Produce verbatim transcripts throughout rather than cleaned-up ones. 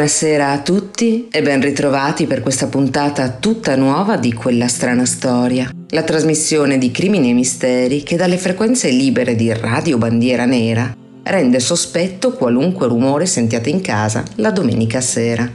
Buonasera a tutti e ben ritrovati per questa puntata tutta nuova di Quella strana storia, la trasmissione di crimini e misteri che dalle frequenze libere di Radio Bandiera Nera rende sospetto qualunque rumore sentiate in casa la domenica sera.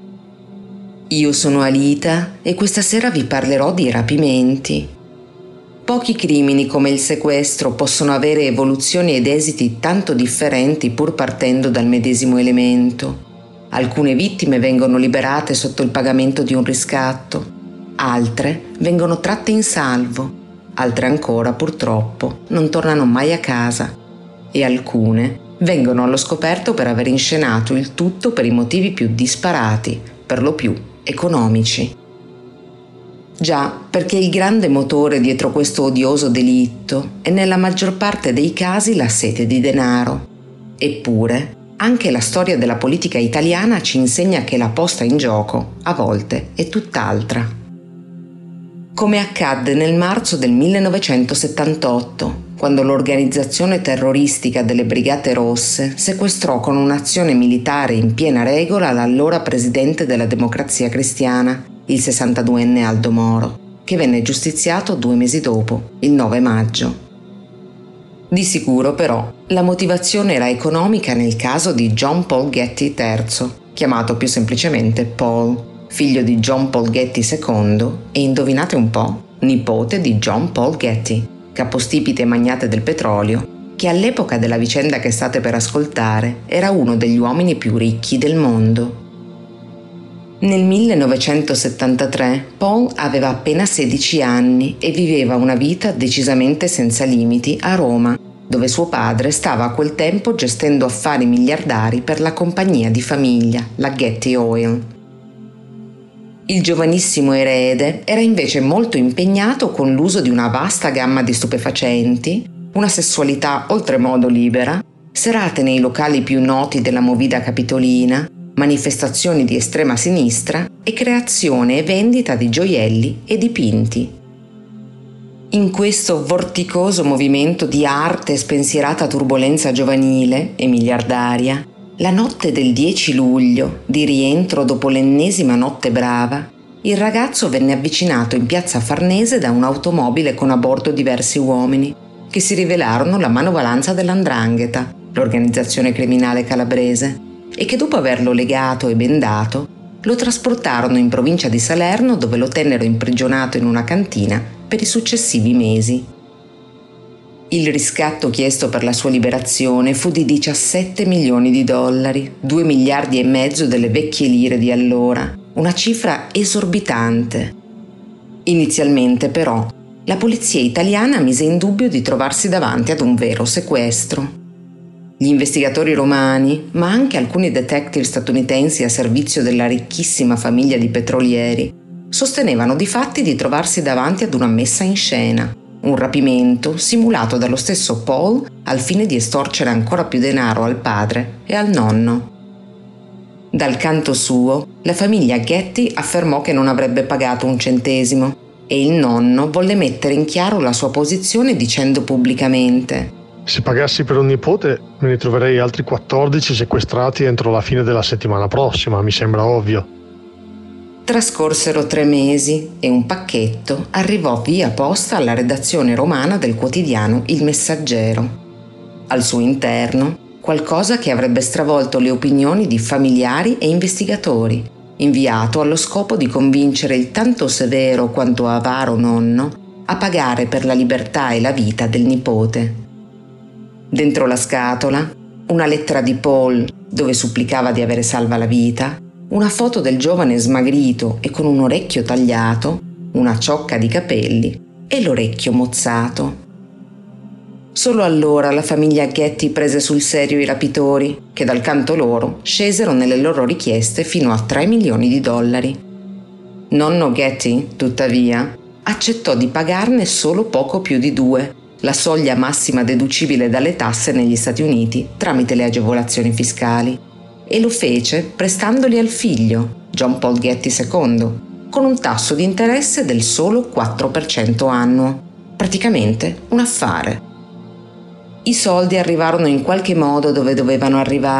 Io sono Alita e questa sera vi parlerò di rapimenti. Pochi crimini come il sequestro possono avere evoluzioni ed esiti tanto differenti pur partendo dal medesimo elemento. Alcune vittime vengono liberate sotto il pagamento di un riscatto, altre vengono tratte in salvo, altre ancora purtroppo non tornano mai a casa e alcune vengono allo scoperto per aver inscenato il tutto per i motivi più disparati, per lo più economici. Già, perché il grande motore dietro questo odioso delitto è nella maggior parte dei casi la sete di denaro. Eppure, anche la storia della politica italiana ci insegna che la posta in gioco, a volte, è tutt'altra. Come accadde nel marzo del millenovecentosettantotto, quando l'organizzazione terroristica delle Brigate Rosse sequestrò con un'azione militare in piena regola l'allora presidente della Democrazia Cristiana, il sessantaduenne Aldo Moro, che venne giustiziato due mesi dopo, il nove maggio. Di sicuro, però, la motivazione era economica nel caso di John Paul Getty terzo, chiamato più semplicemente Paul, figlio di John Paul Getty secondo e, indovinate un po', nipote di John Paul Getty, capostipite e magnate del petrolio, che all'epoca della vicenda che state per ascoltare era uno degli uomini più ricchi del mondo. Nel millenovecentosettantatré Paul aveva appena sedici anni e viveva una vita decisamente senza limiti a Roma, dove suo padre stava a quel tempo gestendo affari miliardari per la compagnia di famiglia, la Getty Oil. Il giovanissimo erede era invece molto impegnato con l'uso di una vasta gamma di stupefacenti, una sessualità oltremodo libera, serate nei locali più noti della movida capitolina, manifestazioni di estrema sinistra e creazione e vendita di gioielli e dipinti. In questo vorticoso movimento di arte e spensierata turbolenza giovanile e miliardaria, la notte del dieci luglio, di rientro dopo l'ennesima notte brava, il ragazzo venne avvicinato in piazza Farnese da un'automobile con a bordo diversi uomini, che si rivelarono la manovalanza dell'Andrangheta, l'organizzazione criminale calabrese, e che dopo averlo legato e bendato, lo trasportarono in provincia di Salerno dove lo tennero imprigionato in una cantina per i successivi mesi. Il riscatto chiesto per la sua liberazione fu di diciassette milioni di dollari, due miliardi e mezzo delle vecchie lire di allora, una cifra esorbitante. Inizialmente però la polizia italiana mise in dubbio di trovarsi davanti ad un vero sequestro. Gli investigatori romani, ma anche alcuni detective statunitensi a servizio della ricchissima famiglia di petrolieri, sostenevano di fatti di trovarsi davanti ad una messa in scena, un rapimento simulato dallo stesso Paul al fine di estorcere ancora più denaro al padre e al nonno. Dal canto suo, la famiglia Getty affermò che non avrebbe pagato un centesimo e il nonno volle mettere in chiaro la sua posizione dicendo pubblicamente: Se pagassi per un nipote, me ne troverei altri quattordici sequestrati entro la fine della settimana prossima, mi sembra ovvio. Trascorsero tre mesi e un pacchetto arrivò via posta alla redazione romana del quotidiano Il Messaggero. Al suo interno, qualcosa che avrebbe stravolto le opinioni di familiari e investigatori, inviato allo scopo di convincere il tanto severo quanto avaro nonno a pagare per la libertà e la vita del nipote. Dentro la scatola, una lettera di Paul dove supplicava di avere salva la vita, una foto del giovane smagrito e con un orecchio tagliato, una ciocca di capelli e l'orecchio mozzato. Solo allora la famiglia Getty prese sul serio i rapitori, che dal canto loro scesero nelle loro richieste fino a tre milioni di dollari. Nonno Getty, tuttavia, accettò di pagarne solo poco più di due, la soglia massima deducibile dalle tasse negli Stati Uniti tramite le agevolazioni fiscali, e lo fece prestandoli al figlio, John Paul Getty secondo, con un tasso di interesse del solo quattro per cento annuo, praticamente un affare. I soldi arrivarono in qualche modo dove dovevano arrivare,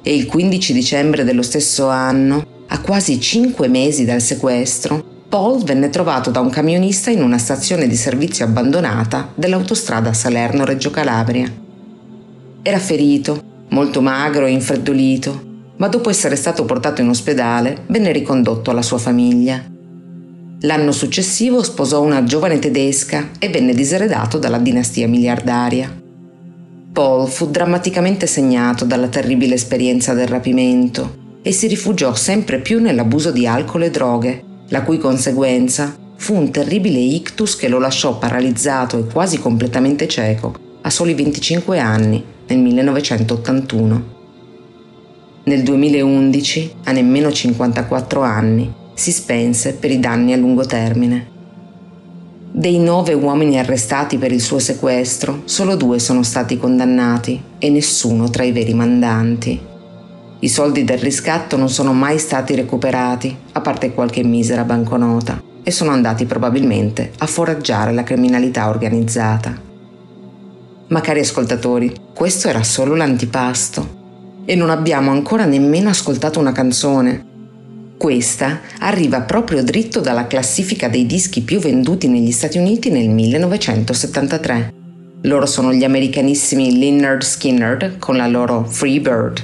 e il quindici dicembre dello stesso anno, a quasi cinque mesi dal sequestro, Paul venne trovato da un camionista in una stazione di servizio abbandonata dell'autostrada Salerno-Reggio Calabria. Era ferito, molto magro e infreddolito, ma dopo essere stato portato in ospedale venne ricondotto alla sua famiglia. L'anno successivo sposò una giovane tedesca e venne diseredato dalla dinastia miliardaria. Paul fu drammaticamente segnato dalla terribile esperienza del rapimento e si rifugiò sempre più nell'abuso di alcol e droghe, la cui conseguenza fu un terribile ictus che lo lasciò paralizzato e quasi completamente cieco a soli venticinque anni nel millenovecentottantuno. Nel duemilaundici, a nemmeno cinquantaquattro anni, si spense per i danni a lungo termine. Dei nove uomini arrestati per il suo sequestro, solo due sono stati condannati e nessuno tra i veri mandanti. I soldi del riscatto non sono mai stati recuperati, a parte qualche misera banconota, e sono andati probabilmente a foraggiare la criminalità organizzata. Ma cari ascoltatori, questo era solo l'antipasto. E non abbiamo ancora nemmeno ascoltato una canzone. Questa arriva proprio dritto dalla classifica dei dischi più venduti negli Stati Uniti nel millenovecentosettantatré. Loro sono gli americanissimi Lynyrd Skynyrd con la loro Free Bird.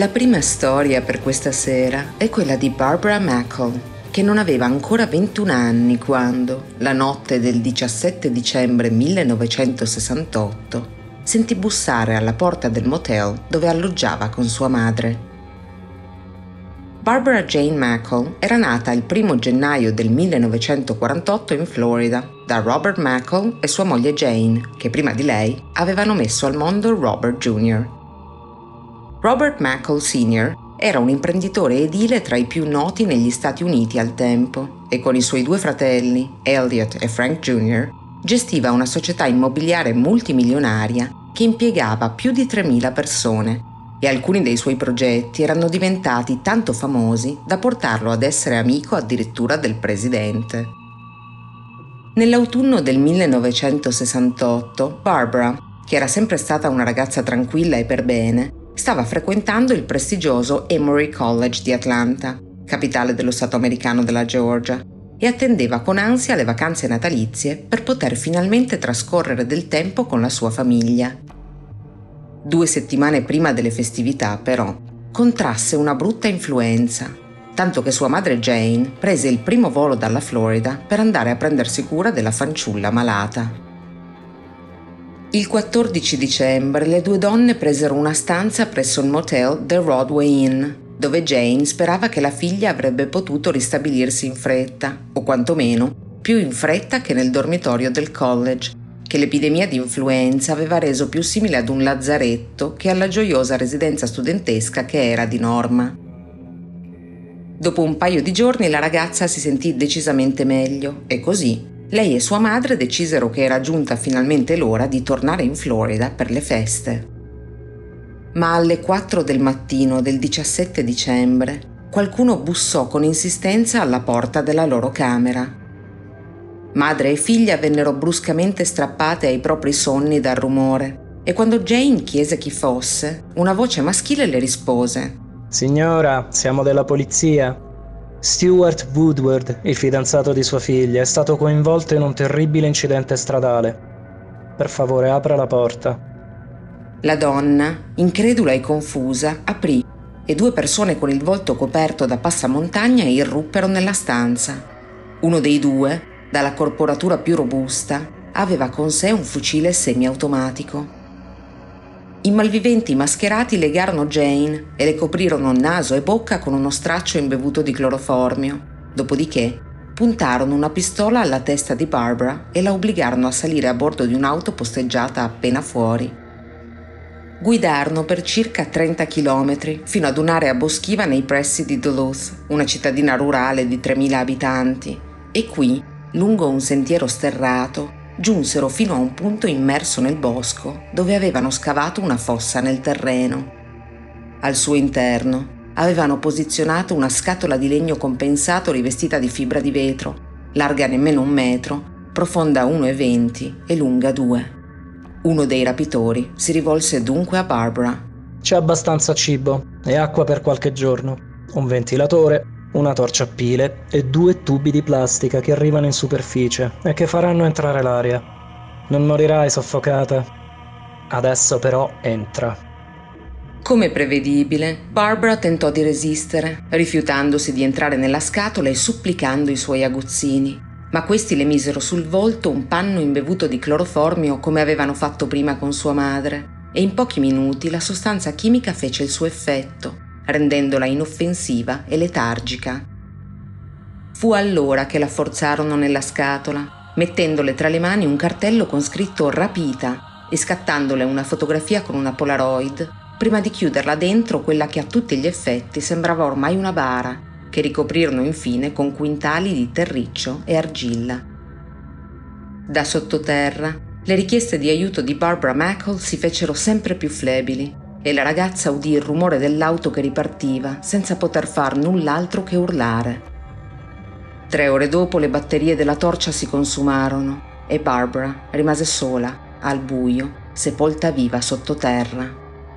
La prima storia per questa sera è quella di Barbara Mackle, che non aveva ancora ventuno anni quando, la notte del diciassette dicembre millenovecentosessantotto, sentì bussare alla porta del motel dove alloggiava con sua madre. Barbara Jane Mackle era nata il primo gennaio del millenovecentoquarantotto in Florida da Robert Mackle e sua moglie Jane, che prima di lei avevano messo al mondo Robert junior Robert Mackle senior era un imprenditore edile tra i più noti negli Stati Uniti al tempo e con i suoi due fratelli, Elliot e Frank junior, gestiva una società immobiliare multimilionaria che impiegava più di tremila persone e alcuni dei suoi progetti erano diventati tanto famosi da portarlo ad essere amico addirittura del presidente. Nell'autunno del millenovecentosessantotto, Barbara, che era sempre stata una ragazza tranquilla e per bene, stava frequentando il prestigioso Emory College di Atlanta, capitale dello stato americano della Georgia, e attendeva con ansia le vacanze natalizie per poter finalmente trascorrere del tempo con la sua famiglia. Due settimane prima delle festività, però, contrasse una brutta influenza, tanto che sua madre Jane prese il primo volo dalla Florida per andare a prendersi cura della fanciulla malata. Il quattordici dicembre le due donne presero una stanza presso il motel The Rodway Inn, dove Jane sperava che la figlia avrebbe potuto ristabilirsi in fretta, o quantomeno più in fretta che nel dormitorio del college, che l'epidemia di influenza aveva reso più simile ad un lazzaretto che alla gioiosa residenza studentesca che era di norma. Dopo un paio di giorni la ragazza si sentì decisamente meglio e così lei e sua madre decisero che era giunta finalmente l'ora di tornare in Florida per le feste. Ma alle quattro del mattino del diciassette dicembre qualcuno bussò con insistenza alla porta della loro camera. Madre e figlia vennero bruscamente strappate ai propri sonni dal rumore e quando Jane chiese chi fosse, una voce maschile le rispose: «Signora, siamo della polizia. Stuart Woodward, il fidanzato di sua figlia, è stato coinvolto in un terribile incidente stradale. Per favore, apra la porta». La donna, incredula e confusa, aprì e due persone con il volto coperto da passamontagna irruppero nella stanza. Uno dei due, dalla corporatura più robusta, aveva con sé un fucile semiautomatico. I malviventi mascherati legarono Jane e le coprirono naso e bocca con uno straccio imbevuto di cloroformio, dopodiché puntarono una pistola alla testa di Barbara e la obbligarono a salire a bordo di un'auto posteggiata appena fuori. Guidarono per circa trenta chilometri fino ad un'area boschiva nei pressi di Duluth, una cittadina rurale di tremila abitanti, e qui, lungo un sentiero sterrato, giunsero fino a un punto immerso nel bosco dove avevano scavato una fossa nel terreno. Al suo interno avevano posizionato una scatola di legno compensato rivestita di fibra di vetro, larga nemmeno un metro, profonda uno e venti e lunga due. Uno dei rapitori si rivolse dunque a Barbara. «C'è abbastanza cibo e acqua per qualche giorno, un ventilatore, una torcia a pile e due tubi di plastica che arrivano in superficie e che faranno entrare l'aria. Non morirai soffocata. Adesso però entra». Come prevedibile, Barbara tentò di resistere, rifiutandosi di entrare nella scatola e supplicando i suoi aguzzini, ma questi le misero sul volto un panno imbevuto di cloroformio come avevano fatto prima con sua madre, e in pochi minuti la sostanza chimica fece il suo effetto, rendendola inoffensiva e letargica. Fu allora che la forzarono nella scatola, mettendole tra le mani un cartello con scritto «Rapita» e scattandole una fotografia con una Polaroid, prima di chiuderla dentro quella che a tutti gli effetti sembrava ormai una bara, che ricoprirono infine con quintali di terriccio e argilla. Da sottoterra, le richieste di aiuto di Barbara Mackle si fecero sempre più flebili e la ragazza udì il rumore dell'auto che ripartiva senza poter far null'altro che urlare. Tre ore dopo le batterie della torcia si consumarono e Barbara rimase sola, al buio, sepolta viva sottoterra.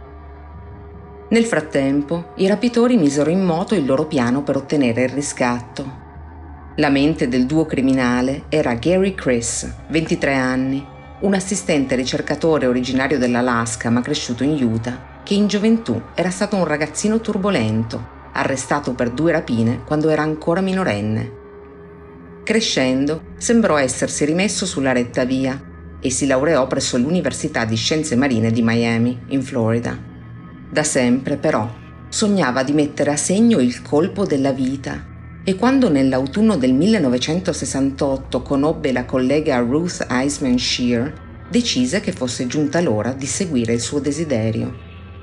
Nel frattempo, i rapitori misero in moto il loro piano per ottenere il riscatto. La mente del duo criminale era Gary Chris, ventitré anni, un assistente ricercatore originario dell'Alaska ma cresciuto in Utah, che in gioventù era stato un ragazzino turbolento, arrestato per due rapine quando era ancora minorenne. Crescendo, sembrò essersi rimesso sulla retta via e si laureò presso l'Università di Scienze Marine di Miami, in Florida. Da sempre, però, sognava di mettere a segno il colpo della vita e quando nell'autunno del millenovecentosessantotto conobbe la collega Ruth Eisman Shear, decise che fosse giunta l'ora di seguire il suo desiderio.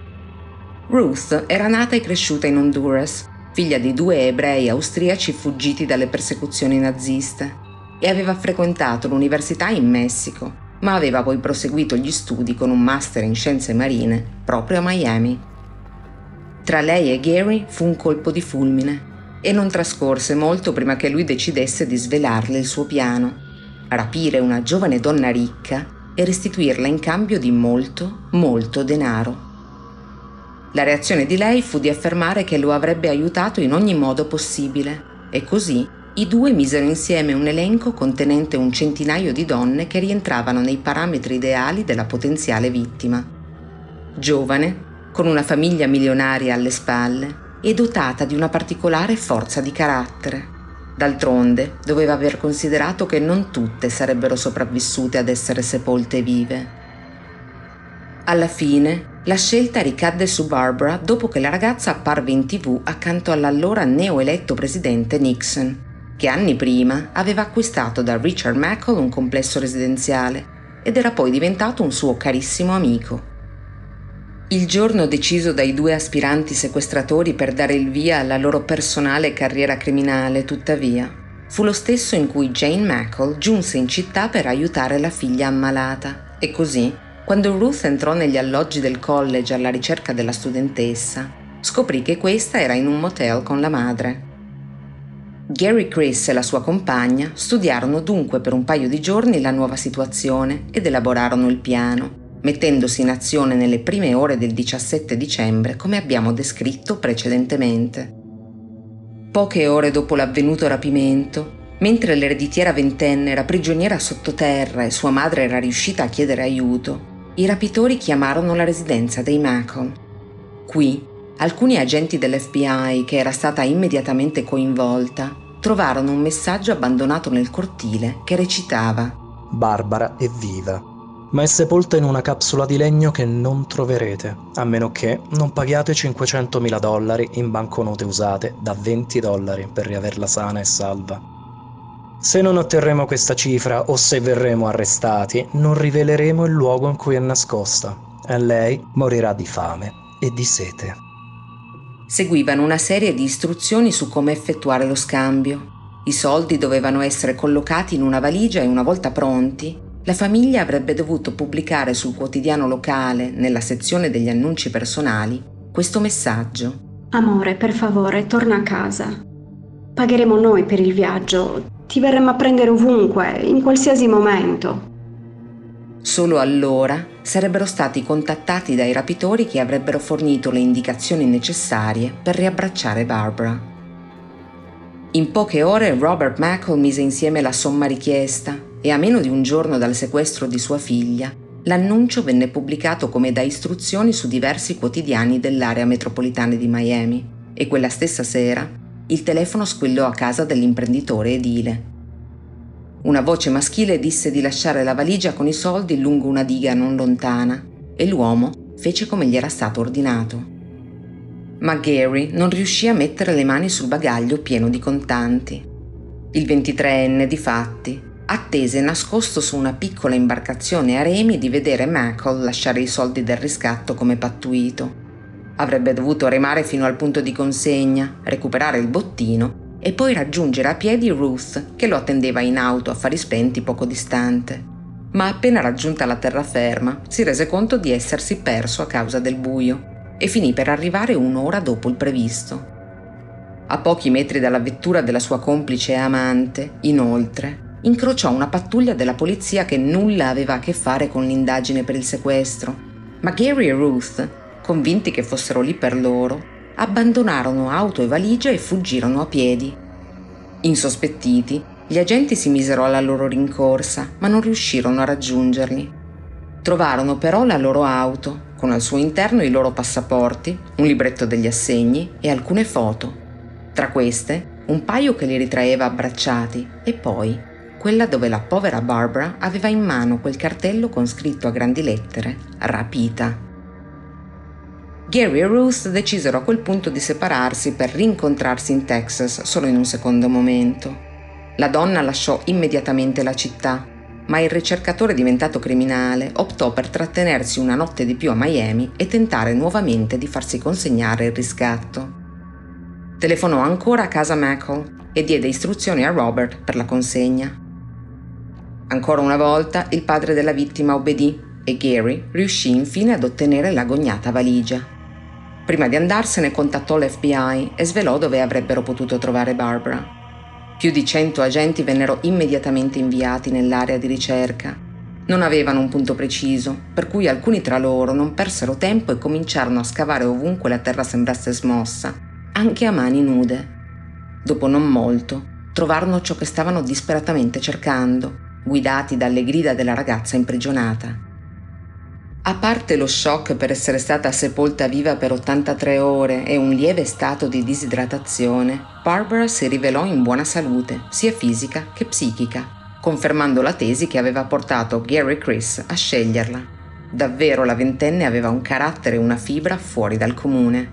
Ruth era nata e cresciuta in Honduras, figlia di due ebrei austriaci fuggiti dalle persecuzioni naziste, e aveva frequentato l'università in Messico, ma aveva poi proseguito gli studi con un master in scienze marine proprio a Miami. Tra lei e Gary fu un colpo di fulmine e non trascorse molto prima che lui decidesse di svelarle il suo piano: rapire una giovane donna ricca e restituirla in cambio di molto, molto denaro. La reazione di lei fu di affermare che lo avrebbe aiutato in ogni modo possibile e così i due misero insieme un elenco contenente un centinaio di donne che rientravano nei parametri ideali della potenziale vittima. Giovane, con una famiglia milionaria alle spalle e dotata di una particolare forza di carattere. D'altronde, doveva aver considerato che non tutte sarebbero sopravvissute ad essere sepolte vive. Alla fine, la scelta ricadde su Barbara dopo che la ragazza apparve in tivù accanto all'allora neoeletto presidente Nixon, che anni prima aveva acquistato da Richard McCall un complesso residenziale ed era poi diventato un suo carissimo amico. Il giorno deciso dai due aspiranti sequestratori per dare il via alla loro personale carriera criminale, tuttavia, fu lo stesso in cui Jane McCall giunse in città per aiutare la figlia ammalata e così, quando Ruth entrò negli alloggi del college alla ricerca della studentessa, scoprì che questa era in un motel con la madre. Gary Chris e la sua compagna studiarono dunque per un paio di giorni la nuova situazione ed elaborarono il piano, mettendosi in azione nelle prime ore del diciassette dicembre come abbiamo descritto precedentemente. Poche ore dopo l'avvenuto rapimento, mentre l'ereditiera ventenne era prigioniera sottoterra e sua madre era riuscita a chiedere aiuto, i rapitori chiamarono la residenza dei McCall. Qui, alcuni agenti dell'F B I, che era stata immediatamente coinvolta, trovarono un messaggio abbandonato nel cortile che recitava: Barbara è viva, ma è sepolta in una capsula di legno che non troverete, a meno che non paghiate cinquecentomila dollari in banconote usate da venti dollari per riaverla sana e salva. Se non otterremo questa cifra o se verremo arrestati, non riveleremo il luogo in cui è nascosta e lei morirà di fame e di sete. Seguivano una serie di istruzioni su come effettuare lo scambio. I soldi dovevano essere collocati in una valigia e una volta pronti, la famiglia avrebbe dovuto pubblicare sul quotidiano locale, nella sezione degli annunci personali, questo messaggio. Amore, per favore, torna a casa. Pagheremo noi per il viaggio. Ti verremo a prendere ovunque, in qualsiasi momento. Solo allora sarebbero stati contattati dai rapitori che avrebbero fornito le indicazioni necessarie per riabbracciare Barbara. In poche ore Robert McCall mise insieme la somma richiesta e a meno di un giorno dal sequestro di sua figlia, l'annuncio venne pubblicato come da istruzioni su diversi quotidiani dell'area metropolitana di Miami e quella stessa sera il telefono squillò a casa dell'imprenditore edile. Una voce maschile disse di lasciare la valigia con i soldi lungo una diga non lontana e l'uomo fece come gli era stato ordinato. Ma Gary non riuscì a mettere le mani sul bagaglio pieno di contanti. Il ventitreenne, difatti, attese nascosto su una piccola imbarcazione a remi di vedere McCall lasciare i soldi del riscatto come pattuito. Avrebbe dovuto remare fino al punto di consegna, recuperare il bottino e poi raggiungere a piedi Ruth, che lo attendeva in auto a fari spenti poco distante. Ma appena raggiunta la terraferma, si rese conto di essersi perso a causa del buio e finì per arrivare un'ora dopo il previsto. A pochi metri dalla vettura della sua complice e amante, inoltre, incrociò una pattuglia della polizia che nulla aveva a che fare con l'indagine per il sequestro, ma Gary e Ruth, convinti che fossero lì per loro, abbandonarono auto e valigia e fuggirono a piedi. Insospettiti, gli agenti si misero alla loro rincorsa, ma non riuscirono a raggiungerli. Trovarono però la loro auto, con al suo interno i loro passaporti, un libretto degli assegni e alcune foto. Tra queste, un paio che li ritraeva abbracciati e poi quella dove la povera Barbara aveva in mano quel cartello con scritto a grandi lettere «Rapita». Gary e Ruth decisero a quel punto di separarsi per rincontrarsi in Texas solo in un secondo momento. La donna lasciò immediatamente la città, ma il ricercatore diventato criminale optò per trattenersi una notte di più a Miami e tentare nuovamente di farsi consegnare il riscatto. Telefonò ancora a casa Mackel e diede istruzioni a Robert per la consegna. Ancora una volta il padre della vittima obbedì e Gary riuscì infine ad ottenere l'agognata valigia. Prima di andarsene contattò l'F B I e svelò dove avrebbero potuto trovare Barbara. Più di cento agenti vennero immediatamente inviati nell'area di ricerca. Non avevano un punto preciso, per cui alcuni tra loro non persero tempo e cominciarono a scavare ovunque la terra sembrasse smossa, anche a mani nude. Dopo non molto, trovarono ciò che stavano disperatamente cercando, guidati dalle grida della ragazza imprigionata. A parte lo shock per essere stata sepolta viva per ottantatré ore e un lieve stato di disidratazione, Barbara si rivelò in buona salute, sia fisica che psichica, confermando la tesi che aveva portato Gary Chris a sceglierla. Davvero la ventenne aveva un carattere e una fibra fuori dal comune.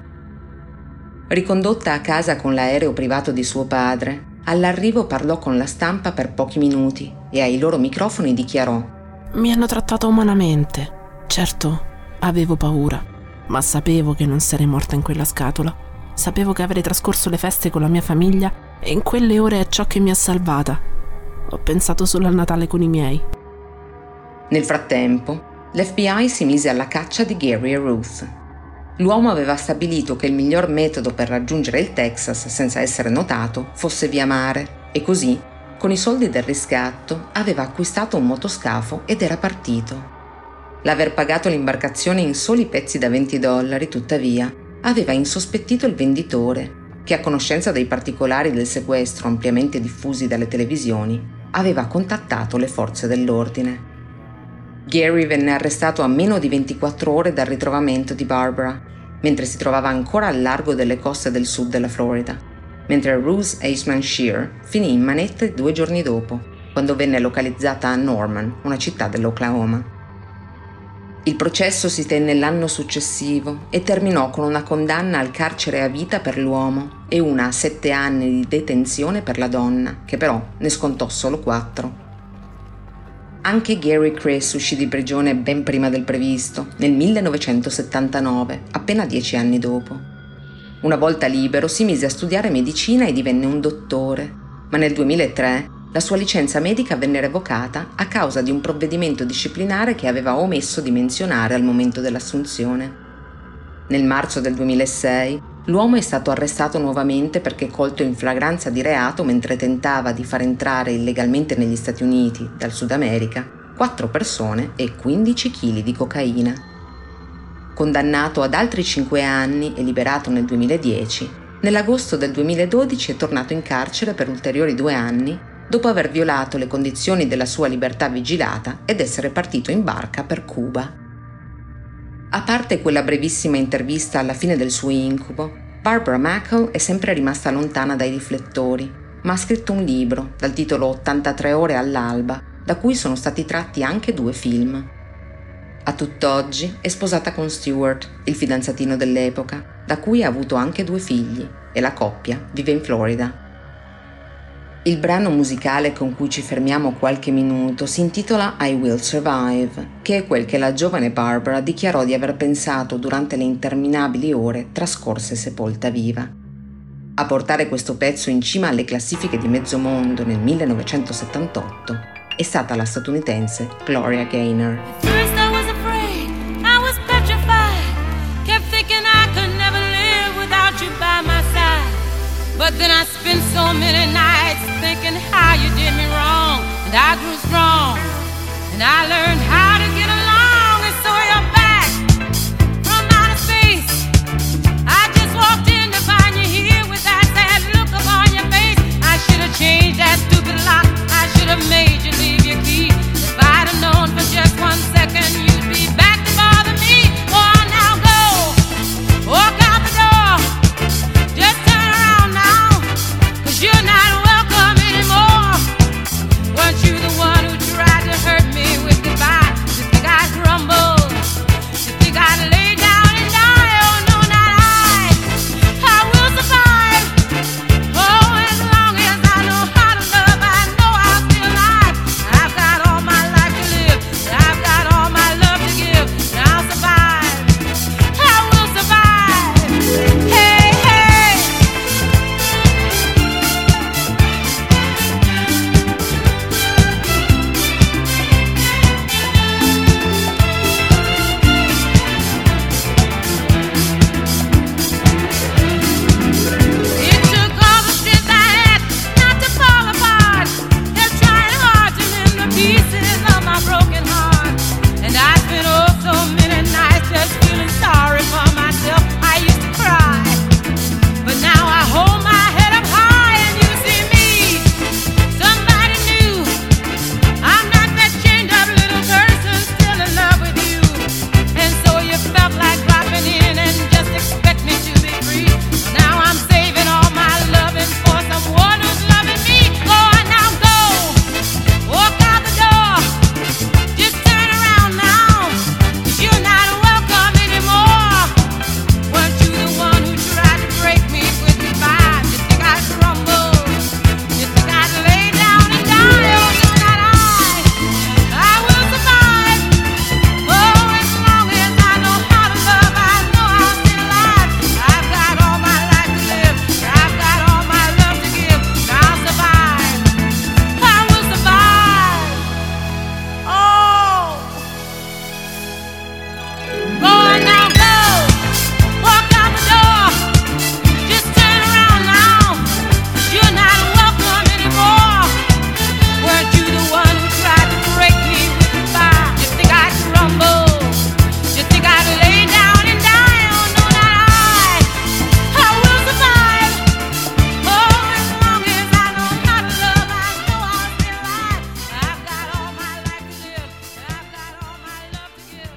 Ricondotta a casa con l'aereo privato di suo padre, all'arrivo parlò con la stampa per pochi minuti e ai loro microfoni dichiarò: «Mi hanno trattato umanamente. Certo, avevo paura, ma sapevo che non sarei morta in quella scatola. Sapevo che avrei trascorso le feste con la mia famiglia e in quelle ore è ciò che mi ha salvata. Ho pensato solo al Natale con i miei». Nel frattempo, l'F B I si mise alla caccia di Gary e Ruth. L'uomo aveva stabilito che il miglior metodo per raggiungere il Texas senza essere notato fosse via mare e così, con i soldi del riscatto, aveva acquistato un motoscafo ed era partito. L'aver pagato l'imbarcazione in soli pezzi da venti dollari, tuttavia, aveva insospettito il venditore, che a conoscenza dei particolari del sequestro ampiamente diffusi dalle televisioni, aveva contattato le forze dell'ordine. Gary venne arrestato a meno di ventiquattro ore dal ritrovamento di Barbara, mentre si trovava ancora al largo delle coste del sud della Florida, mentre Ruth Eastman Shear finì in manette due giorni dopo, quando venne localizzata a Norman, una città dell'Oklahoma. Il processo si tenne l'anno successivo e terminò con una condanna al carcere a vita per l'uomo e una a sette anni di detenzione per la donna, che però ne scontò solo quattro. Anche Gary Chris uscì di prigione ben prima del previsto, nel millenovecentosettantanove, appena dieci anni dopo. Una volta libero si mise a studiare medicina e divenne un dottore, ma nel duemilatré la sua licenza medica venne revocata a causa di un provvedimento disciplinare che aveva omesso di menzionare al momento dell'assunzione. Nel marzo del duemilasei l'uomo è stato arrestato nuovamente perché colto in flagranza di reato mentre tentava di far entrare illegalmente negli Stati Uniti, dal Sud America, quattro persone e quindici chili di cocaina. Condannato ad altri cinque anni e liberato nel duemiladieci, nell'agosto del duemiladodici è tornato in carcere per ulteriori due anni dopo aver violato le condizioni della sua libertà vigilata ed essere partito in barca per Cuba. A parte quella brevissima intervista alla fine del suo incubo, Barbara Mackel è sempre rimasta lontana dai riflettori, ma ha scritto un libro dal titolo ottantatré ore all'alba, da cui sono stati tratti anche due film. A tutt'oggi è sposata con Stewart, il fidanzatino dell'epoca, da cui ha avuto anche due figli, e la coppia vive in Florida. Il brano musicale con cui ci fermiamo qualche minuto si intitola I Will Survive, che è quel che la giovane Barbara dichiarò di aver pensato durante le interminabili ore trascorse sepolta viva. A portare questo pezzo in cima alle classifiche di mezzo mondo nel millenovecentosettantotto è stata la statunitense Gloria Gaynor. But then I spent so many nights thinking how you did me wrong, and I grew strong, and I learned how to get along, and so you're back from outer space. I just walked in to find you here with that sad look upon your face. I should have changed that stupid lock, I should have made you leave your key. If I'd have known for just one second you'd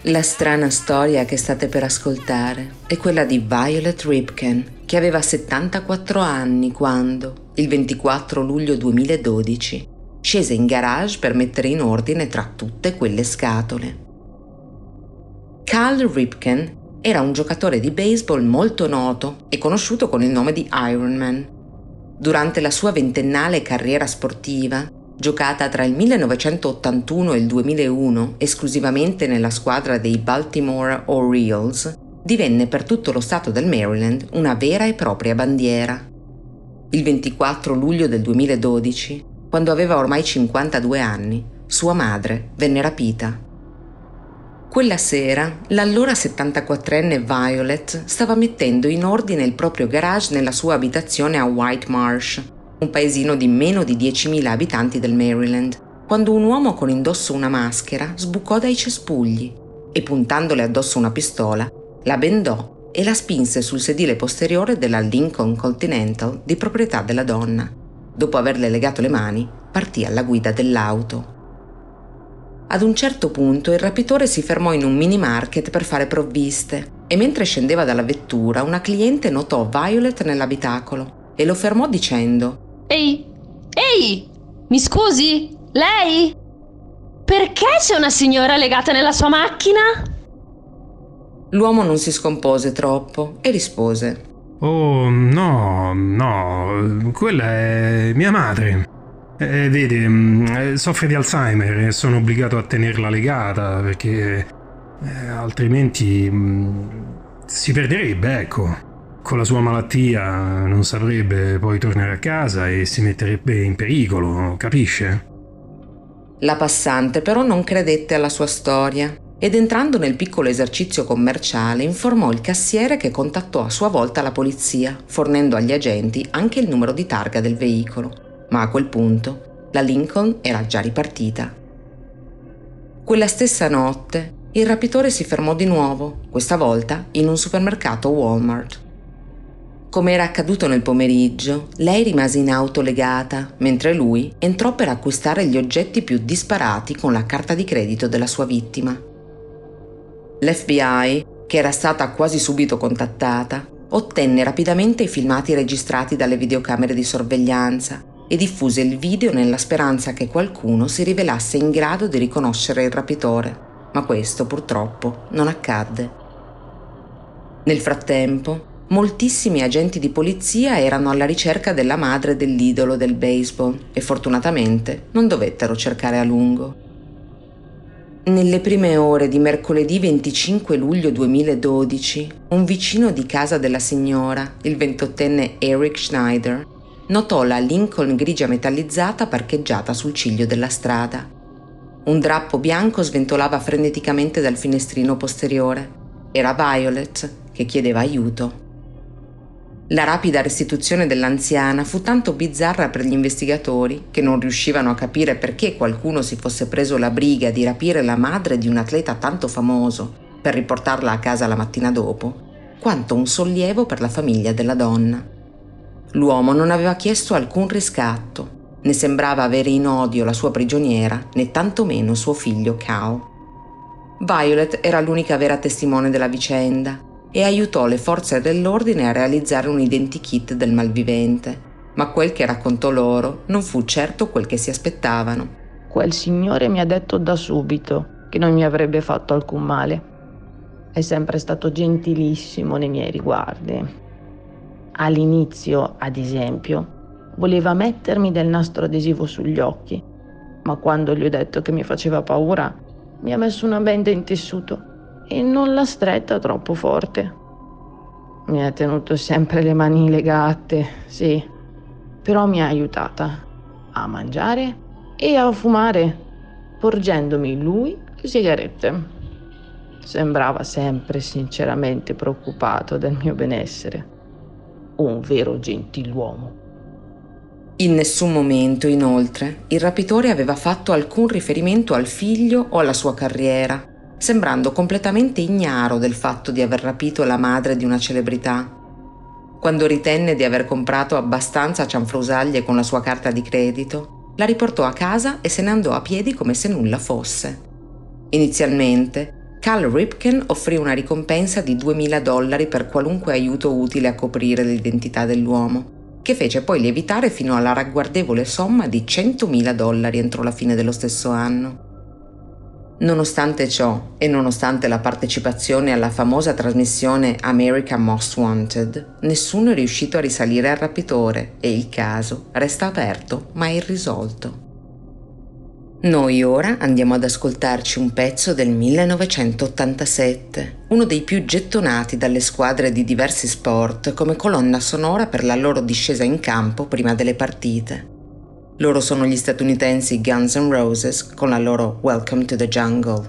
La strana storia che state per ascoltare è quella di Violet Ripken, che aveva settantaquattro anni quando, il ventiquattro luglio duemiladodici, scese in garage per mettere in ordine tra tutte quelle scatole. Cal Ripken era un giocatore di baseball molto noto e conosciuto con il nome di Iron Man. Durante la sua ventennale carriera sportiva, giocata tra il millenovecentottantuno e il duemilauno esclusivamente nella squadra dei Baltimore Orioles, divenne per tutto lo stato del Maryland una vera e propria bandiera. Il ventiquattro luglio del duemiladodici, quando aveva ormai cinquantadue anni, sua madre venne rapita. Quella sera, l'allora settantaquattrenne Violet stava mettendo in ordine il proprio garage nella sua abitazione a White Marsh, un paesino di meno di diecimila abitanti del Maryland, quando un uomo con indosso una maschera sbucò dai cespugli e, puntandole addosso una pistola, la bendò e la spinse sul sedile posteriore della Lincoln Continental di proprietà della donna. Dopo averle legato le mani, partì alla guida dell'auto. Ad un certo punto il rapitore si fermò in un mini market per fare provviste e mentre scendeva dalla vettura una cliente notò Violet nell'abitacolo e lo fermò dicendo: Ehi, ehi, mi scusi? Lei? Perché c'è una signora legata nella sua macchina? L'uomo non si scompose troppo e rispose: Oh, no, no, quella è mia madre. Eh, vedi, soffre di Alzheimer e sono obbligato a tenerla legata perché eh, altrimenti mh, si perderebbe, ecco. Con la sua malattia non saprebbe poi tornare a casa e si metterebbe in pericolo, capisce? La passante però non credette alla sua storia ed entrando nel piccolo esercizio commerciale informò il cassiere che contattò a sua volta la polizia, fornendo agli agenti anche il numero di targa del veicolo. Ma a quel punto la Lincoln era già ripartita. Quella stessa notte il rapitore si fermò di nuovo, questa volta in un supermercato Walmart. Come era accaduto nel pomeriggio, lei rimase in auto legata, mentre lui entrò per acquistare gli oggetti più disparati con la carta di credito della sua vittima. L'F B I, che era stata quasi subito contattata, ottenne rapidamente i filmati registrati dalle videocamere di sorveglianza e diffuse il video nella speranza che qualcuno si rivelasse in grado di riconoscere il rapitore, ma questo purtroppo non accadde. Nel frattempo, moltissimi agenti di polizia erano alla ricerca della madre dell'idolo del baseball e fortunatamente non dovettero cercare a lungo. Nelle prime ore di mercoledì venticinque luglio duemiladodici, un vicino di casa della signora, il ventottenne Eric Schneider, notò la Lincoln grigia metallizzata parcheggiata sul ciglio della strada. Un drappo bianco sventolava freneticamente dal finestrino posteriore. Era Violet che chiedeva aiuto. La rapida restituzione dell'anziana fu tanto bizzarra per gli investigatori, che non riuscivano a capire perché qualcuno si fosse preso la briga di rapire la madre di un atleta tanto famoso per riportarla a casa la mattina dopo, quanto un sollievo per la famiglia della donna. L'uomo non aveva chiesto alcun riscatto, né sembrava avere in odio la sua prigioniera, né tantomeno suo figlio Cal. Violet era l'unica vera testimone della vicenda e aiutò le forze dell'ordine a realizzare un identikit del malvivente, ma quel che raccontò loro non fu certo quel che si aspettavano. Quel signore mi ha detto da subito che non mi avrebbe fatto alcun male. È sempre stato gentilissimo nei miei riguardi. All'inizio, ad esempio, voleva mettermi del nastro adesivo sugli occhi, ma quando gli ho detto che mi faceva paura, mi ha messo una benda in tessuto e non l'ha stretta troppo forte. Mi ha tenuto sempre le mani legate, sì, però mi ha aiutata a mangiare e a fumare, porgendomi lui le sigarette. Sembrava sempre sinceramente preoccupato del mio benessere. Un vero gentiluomo. In nessun momento, inoltre, il rapitore aveva fatto alcun riferimento al figlio o alla sua carriera, sembrando completamente ignaro del fatto di aver rapito la madre di una celebrità. Quando ritenne di aver comprato abbastanza cianfrusaglie con la sua carta di credito, la riportò a casa e se ne andò a piedi come se nulla fosse. Inizialmente, Cal Ripken offrì una ricompensa di duemila dollari per qualunque aiuto utile a coprire l'identità dell'uomo, che fece poi lievitare fino alla ragguardevole somma di centomila dollari entro la fine dello stesso anno. Nonostante ciò, e nonostante la partecipazione alla famosa trasmissione America Most Wanted, nessuno è riuscito a risalire al rapitore e il caso resta aperto ma irrisolto. Noi ora andiamo ad ascoltarci un pezzo del millenovecentottantasette, uno dei più gettonati dalle squadre di diversi sport come colonna sonora per la loro discesa in campo prima delle partite. Loro sono gli statunitensi Guns N' Roses con la loro Welcome to the Jungle.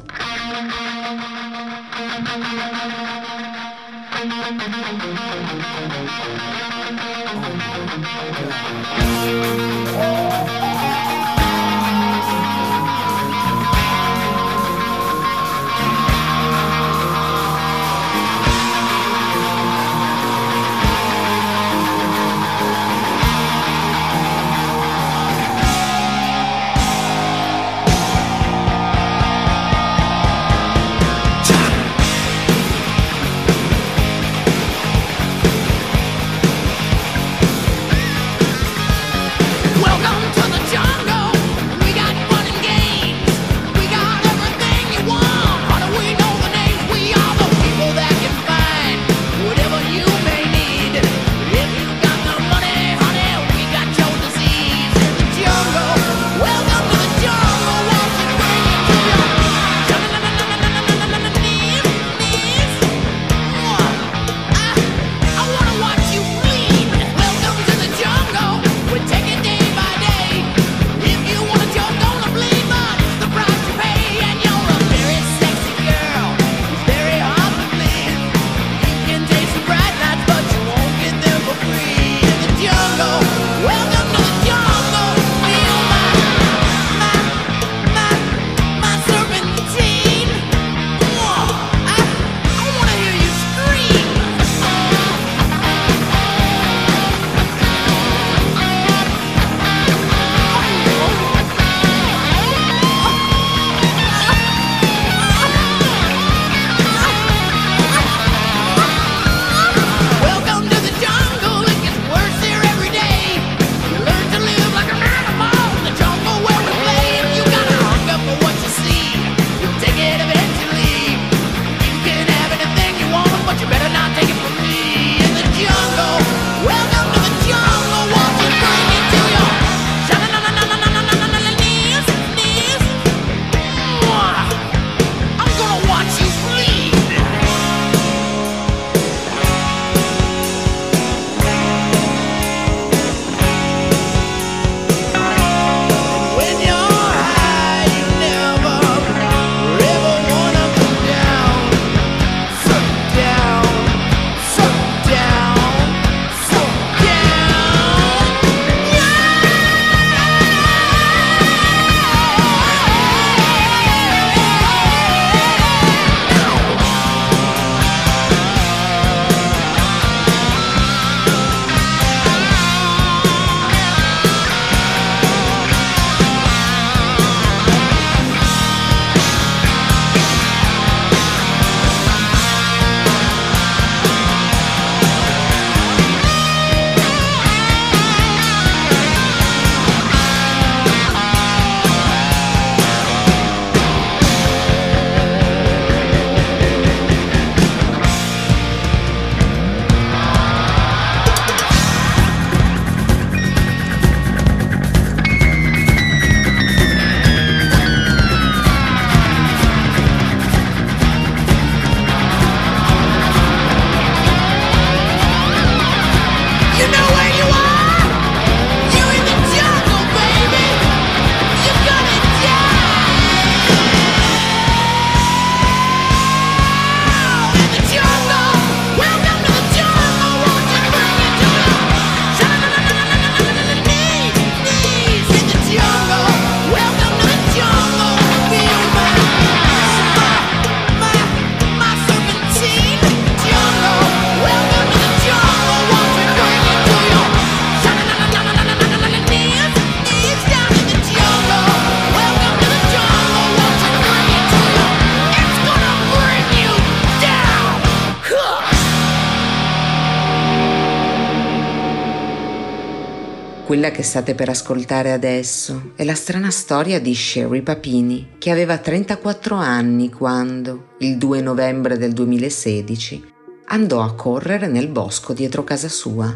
Quella che state per ascoltare adesso è la strana storia di Sherry Papini, che aveva trentaquattro anni quando, il due novembre del duemilasedici, andò a correre nel bosco dietro casa sua.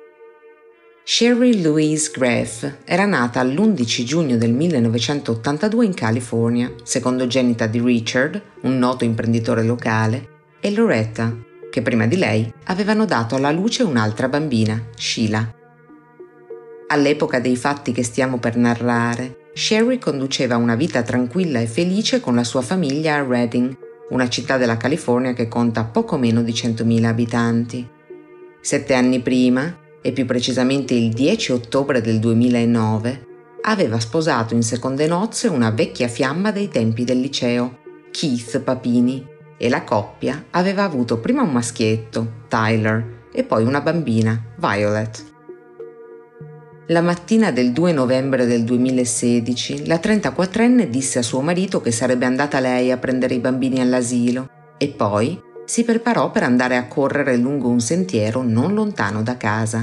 Sherry Louise Graff era nata l'undici giugno del millenovecentottantadue in California, secondogenita di Richard, un noto imprenditore locale, e Loretta, che prima di lei avevano dato alla luce un'altra bambina, Sheila. All'epoca dei fatti che stiamo per narrare, Sherry conduceva una vita tranquilla e felice con la sua famiglia a Redding, una città della California che conta poco meno di centomila abitanti. Sette anni prima, e più precisamente il dieci ottobre del duemilanove, aveva sposato in seconde nozze una vecchia fiamma dei tempi del liceo, Keith Papini, e la coppia aveva avuto prima un maschietto, Tyler, e poi una bambina, Violet. La mattina del due novembre del duemilasedici, la trentaquattrenne disse a suo marito che sarebbe andata lei a prendere i bambini all'asilo e poi si preparò per andare a correre lungo un sentiero non lontano da casa.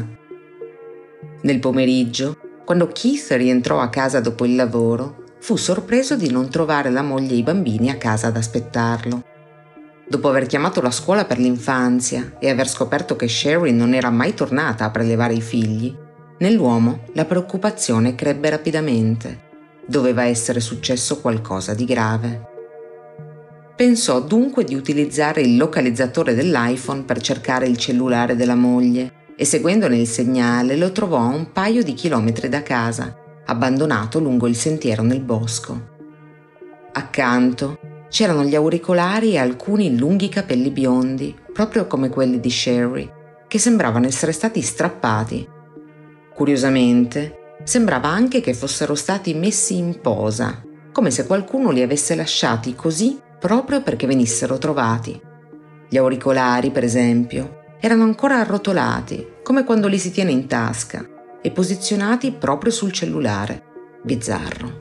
Nel pomeriggio, quando Keith rientrò a casa dopo il lavoro, fu sorpreso di non trovare la moglie e i bambini a casa ad aspettarlo. Dopo aver chiamato la scuola per l'infanzia e aver scoperto che Sherry non era mai tornata a prelevare i figli, nell'uomo la preoccupazione crebbe rapidamente. Doveva essere successo qualcosa di grave. Pensò dunque di utilizzare il localizzatore dell'iPhone per cercare il cellulare della moglie e seguendone il segnale lo trovò a un paio di chilometri da casa, abbandonato lungo il sentiero nel bosco. Accanto c'erano gli auricolari e alcuni lunghi capelli biondi, proprio come quelli di Sherry, che sembravano essere stati strappati. Curiosamente, sembrava anche che fossero stati messi in posa, come se qualcuno li avesse lasciati così proprio perché venissero trovati. Gli auricolari, per esempio, erano ancora arrotolati, come quando li si tiene in tasca, e posizionati proprio sul cellulare. Bizzarro.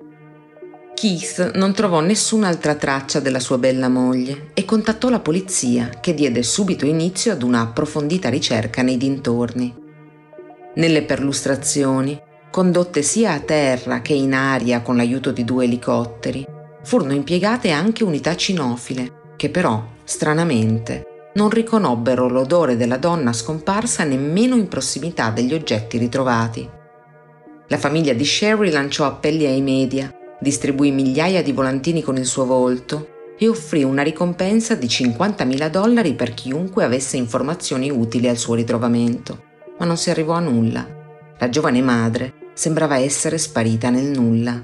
Keith non trovò nessun'altra traccia della sua bella moglie e contattò la polizia, che diede subito inizio ad una approfondita ricerca nei dintorni. Nelle perlustrazioni, condotte sia a terra che in aria con l'aiuto di due elicotteri, furono impiegate anche unità cinofile, che però, stranamente, non riconobbero l'odore della donna scomparsa nemmeno in prossimità degli oggetti ritrovati. La famiglia di Sherry lanciò appelli ai media, distribuì migliaia di volantini con il suo volto e offrì una ricompensa di cinquantamila dollari per chiunque avesse informazioni utili al suo ritrovamento. Ma non si arrivò a nulla. La giovane madre sembrava essere sparita nel nulla.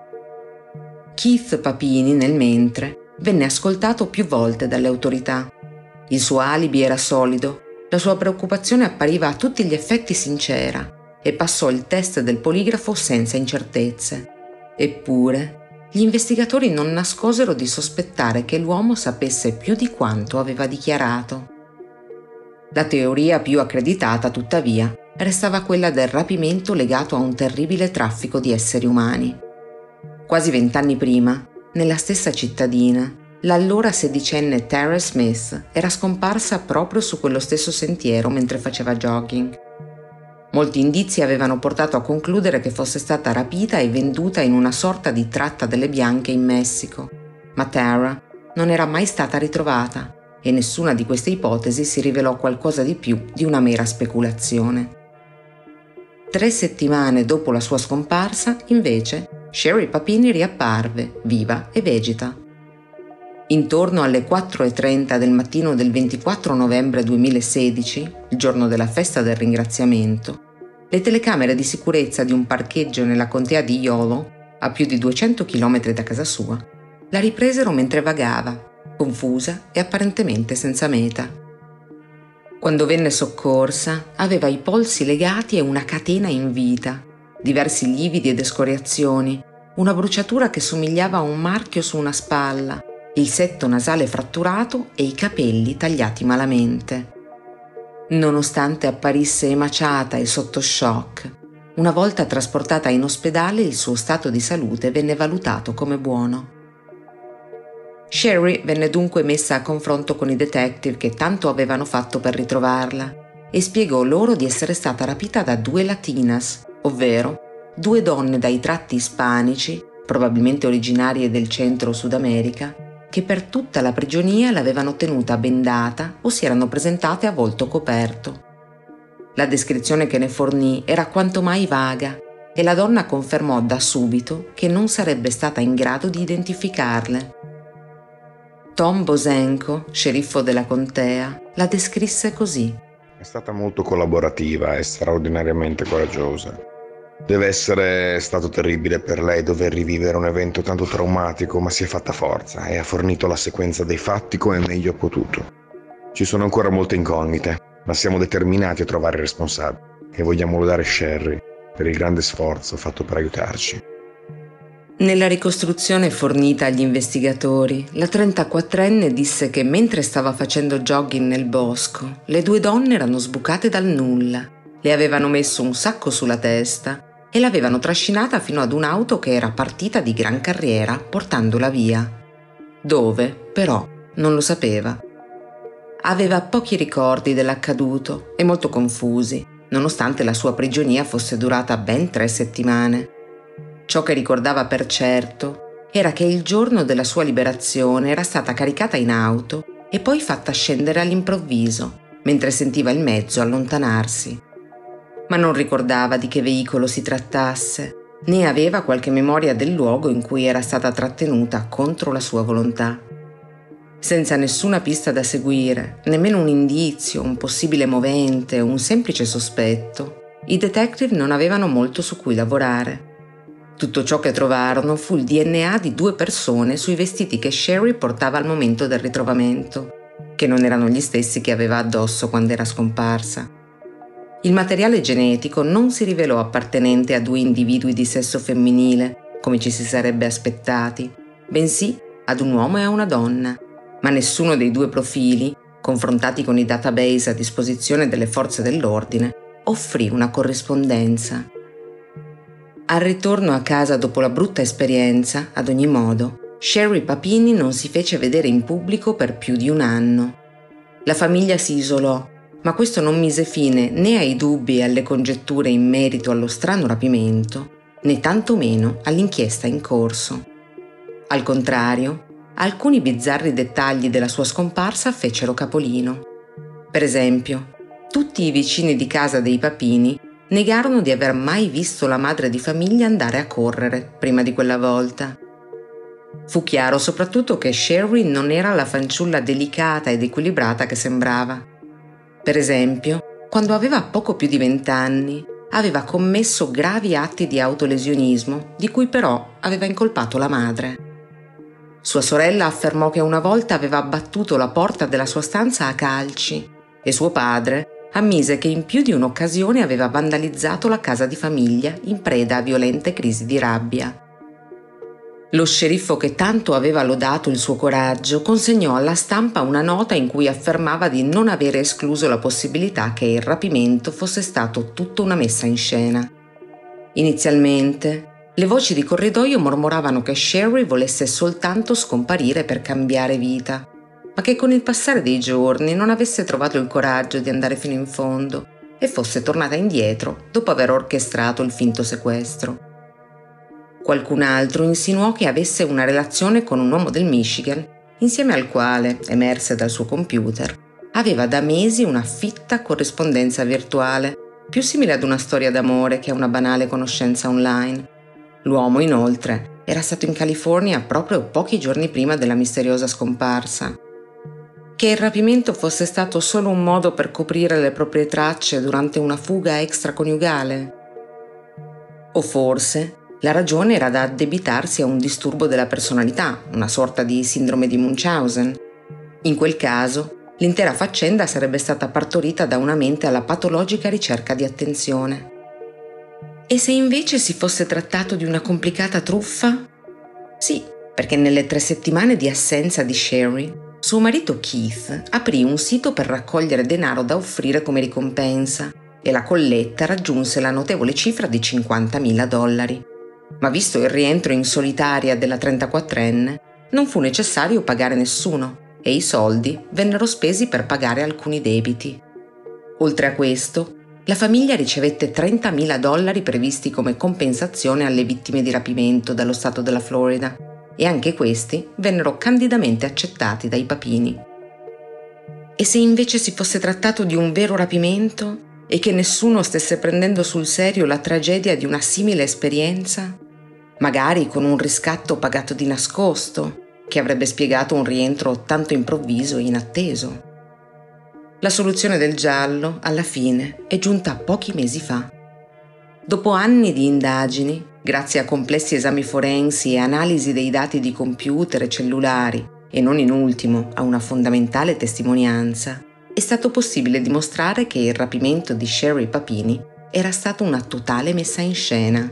Keith Papini, nel mentre, venne ascoltato più volte dalle autorità. Il suo alibi era solido, la sua preoccupazione appariva a tutti gli effetti sincera e passò il test del poligrafo senza incertezze. Eppure, gli investigatori non nascosero di sospettare che l'uomo sapesse più di quanto aveva dichiarato. La teoria più accreditata, tuttavia, restava quella del rapimento legato a un terribile traffico di esseri umani. Quasi vent'anni prima, nella stessa cittadina, l'allora sedicenne Tara Smith era scomparsa proprio su quello stesso sentiero mentre faceva jogging. Molti indizi avevano portato a concludere che fosse stata rapita e venduta in una sorta di tratta delle bianche in Messico, ma Tara non era mai stata ritrovata e nessuna di queste ipotesi si rivelò qualcosa di più di una mera speculazione. Tre settimane dopo la sua scomparsa, invece, Sherry Papini riapparve, viva e vegeta. Intorno alle quattro e trenta del mattino del ventiquattro novembre duemilasedici, il giorno della festa del ringraziamento, le telecamere di sicurezza di un parcheggio nella contea di Yolo, a più di duecento chilometri da casa sua, la ripresero mentre vagava, confusa e apparentemente senza meta. Quando venne soccorsa, aveva i polsi legati e una catena in vita, diversi lividi ed escoriazioni, una bruciatura che somigliava a un marchio su una spalla, il setto nasale fratturato e i capelli tagliati malamente. Nonostante apparisse emaciata e sotto shock, una volta trasportata in ospedale il suo stato di salute venne valutato come buono. Sherry venne dunque messa a confronto con i detective che tanto avevano fatto per ritrovarla e spiegò loro di essere stata rapita da due latinas, ovvero due donne dai tratti ispanici, probabilmente originarie del Centro Sud America, che per tutta la prigionia l'avevano tenuta bendata o si erano presentate a volto coperto. La descrizione che ne fornì era quanto mai vaga e la donna confermò da subito che non sarebbe stata in grado di identificarle. Tom Bosenko, sceriffo della contea, la descrisse così. È stata molto collaborativa e straordinariamente coraggiosa. Deve essere stato terribile per lei dover rivivere un evento tanto traumatico, ma si è fatta forza e ha fornito la sequenza dei fatti come meglio ha potuto. Ci sono ancora molte incognite, ma siamo determinati a trovare i responsabili e vogliamo lodare Sherry per il grande sforzo fatto per aiutarci. Nella ricostruzione fornita agli investigatori, la trentaquattrenne disse che mentre stava facendo jogging nel bosco, le due donne erano sbucate dal nulla, le avevano messo un sacco sulla testa e l'avevano trascinata fino ad un'auto che era partita di gran carriera portandola via. Dove, però, non lo sapeva. Aveva pochi ricordi dell'accaduto e molto confusi, nonostante la sua prigionia fosse durata ben tre settimane. Ciò che ricordava per certo era che il giorno della sua liberazione era stata caricata in auto e poi fatta scendere all'improvviso, mentre sentiva il mezzo allontanarsi. Ma non ricordava di che veicolo si trattasse, né aveva qualche memoria del luogo in cui era stata trattenuta contro la sua volontà. Senza nessuna pista da seguire, nemmeno un indizio, un possibile movente, un semplice sospetto, i detective non avevano molto su cui lavorare. Tutto ciò che trovarono fu il D N A di due persone sui vestiti che Sherry portava al momento del ritrovamento, che non erano gli stessi che aveva addosso quando era scomparsa. Il materiale genetico non si rivelò appartenente a due individui di sesso femminile, come ci si sarebbe aspettati, bensì ad un uomo e a una donna, ma nessuno dei due profili, confrontati con i database a disposizione delle forze dell'ordine, offrì una corrispondenza. Al ritorno a casa dopo la brutta esperienza, ad ogni modo, Sherry Papini non si fece vedere in pubblico per più di un anno. La famiglia si isolò, ma questo non mise fine né ai dubbi e alle congetture in merito allo strano rapimento, né tantomeno all'inchiesta in corso. Al contrario, alcuni bizzarri dettagli della sua scomparsa fecero capolino. Per esempio, tutti i vicini di casa dei Papini negarono di aver mai visto la madre di famiglia andare a correre prima di quella volta. Fu chiaro soprattutto che Sherry non era la fanciulla delicata ed equilibrata che sembrava. Per esempio, quando aveva poco più di vent'anni, aveva commesso gravi atti di autolesionismo, di cui però aveva incolpato la madre. Sua sorella affermò che una volta aveva abbattuto la porta della sua stanza a calci e suo padre ammise che in più di un'occasione aveva vandalizzato la casa di famiglia in preda a violente crisi di rabbia. Lo sceriffo che tanto aveva lodato il suo coraggio consegnò alla stampa una nota in cui affermava di non avere escluso la possibilità che il rapimento fosse stato tutta una messa in scena. Inizialmente, le voci di corridoio mormoravano che Sherry volesse soltanto scomparire per cambiare vita, ma che con il passare dei giorni non avesse trovato il coraggio di andare fino in fondo e fosse tornata indietro dopo aver orchestrato il finto sequestro. Qualcun altro insinuò che avesse una relazione con un uomo del Michigan, insieme al quale, emerse dal suo computer, aveva da mesi una fitta corrispondenza virtuale, più simile ad una storia d'amore che a una banale conoscenza online. L'uomo, inoltre, era stato in California proprio pochi giorni prima della misteriosa scomparsa. Che il rapimento fosse stato solo un modo per coprire le proprie tracce durante una fuga extraconiugale? O forse la ragione era da addebitarsi a un disturbo della personalità, una sorta di sindrome di Munchausen. In quel caso, l'intera faccenda sarebbe stata partorita da una mente alla patologica ricerca di attenzione. E se invece si fosse trattato di una complicata truffa? Sì, perché nelle tre settimane di assenza di Sherry, suo marito Keith aprì un sito per raccogliere denaro da offrire come ricompensa e la colletta raggiunse la notevole cifra di cinquantamila dollari. Ma visto il rientro in solitaria della trentaquattrenne, non fu necessario pagare nessuno e i soldi vennero spesi per pagare alcuni debiti. Oltre a questo, la famiglia ricevette trentamila dollari previsti come compensazione alle vittime di rapimento dallo stato della Florida, e anche questi vennero candidamente accettati dai papini. E se invece si fosse trattato di un vero rapimento e che nessuno stesse prendendo sul serio la tragedia di una simile esperienza, magari con un riscatto pagato di nascosto, che avrebbe spiegato un rientro tanto improvviso e inatteso? La soluzione del giallo, alla fine, è giunta pochi mesi fa. Dopo anni di indagini, grazie a complessi esami forensi e analisi dei dati di computer e cellulari, e non in ultimo a una fondamentale testimonianza, è stato possibile dimostrare che il rapimento di Sherry Papini era stata una totale messa in scena.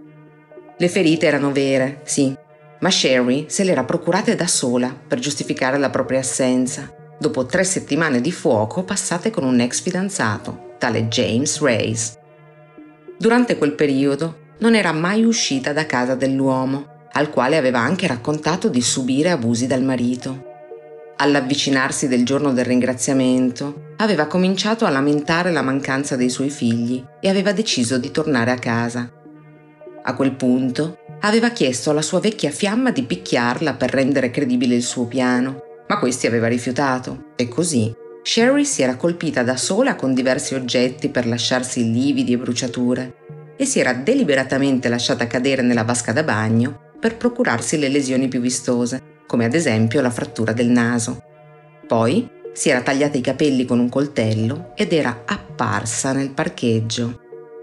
Le ferite erano vere, sì, ma Sherry se le era procurate da sola per giustificare la propria assenza, dopo tre settimane di fuoco passate con un ex fidanzato, tale James Reyes. Durante quel periodo non era mai uscita da casa dell'uomo, al quale aveva anche raccontato di subire abusi dal marito. All'avvicinarsi del giorno del ringraziamento, aveva cominciato a lamentare la mancanza dei suoi figli e aveva deciso di tornare a casa. A quel punto, aveva chiesto alla sua vecchia fiamma di picchiarla per rendere credibile il suo piano, ma questi aveva rifiutato, e così Sherry si era colpita da sola con diversi oggetti per lasciarsi lividi e bruciature e si era deliberatamente lasciata cadere nella vasca da bagno per procurarsi le lesioni più vistose, come ad esempio la frattura del naso. Poi si era tagliata i capelli con un coltello ed era apparsa nel parcheggio.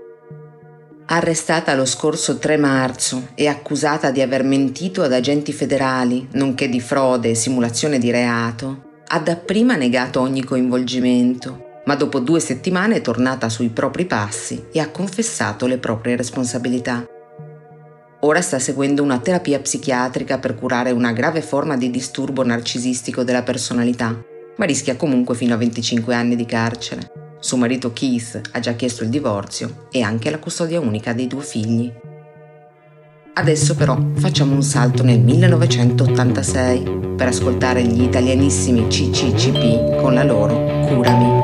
Arrestata lo scorso tre marzo e accusata di aver mentito ad agenti federali, nonché di frode e simulazione di reato, ha dapprima negato ogni coinvolgimento, ma dopo due settimane è tornata sui propri passi e ha confessato le proprie responsabilità. Ora sta seguendo una terapia psichiatrica per curare una grave forma di disturbo narcisistico della personalità, ma rischia comunque fino a venticinque anni di carcere. Suo marito Keith ha già chiesto il divorzio e anche la custodia unica dei due figli. Adesso però facciamo un salto nel millenovecentottantasei per ascoltare gli italianissimi C C C P con la loro Curami.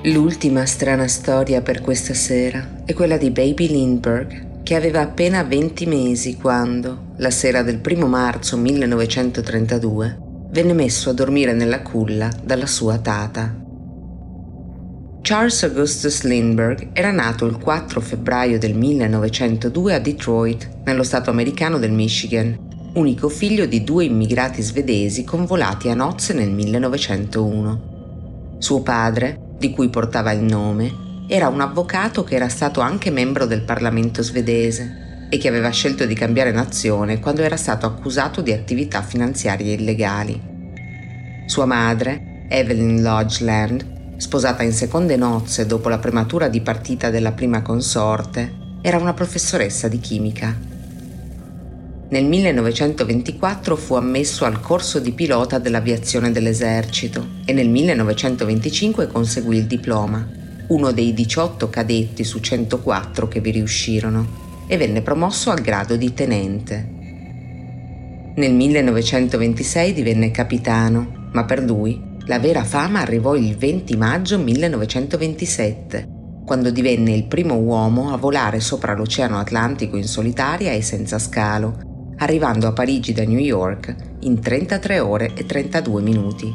L'ultima strana storia per questa sera è quella di Baby Lindbergh, che aveva appena venti mesi quando, la sera del primo marzo millenovecentotrentadue, venne messo a dormire nella culla dalla sua tata. Charles Augustus Lindbergh era nato il quattro febbraio del millenovecentodue a Detroit, nello stato americano del Michigan, unico figlio di due immigrati svedesi convolati a nozze nel millenovecentouno. Suo padre, di cui portava il nome, era un avvocato che era stato anche membro del Parlamento svedese e che aveva scelto di cambiare nazione quando era stato accusato di attività finanziarie illegali. Sua madre, Evelyn Lodgeland, sposata in seconde nozze dopo la prematura dipartita della prima consorte, era una professoressa di chimica. Nel millenovecentoventiquattro fu ammesso al corso di pilota dell'aviazione dell'esercito e nel millenovecentoventicinque conseguì il diploma, uno dei diciotto cadetti su centoquattro che vi riuscirono, e venne promosso al grado di tenente. Nel millenovecentoventisei divenne capitano, ma per lui la vera fama arrivò il venti maggio millenovecentoventisette, quando divenne il primo uomo a volare sopra l'Oceano Atlantico in solitaria e senza scalo, arrivando a Parigi da New York in trentatré ore e trentadue minuti.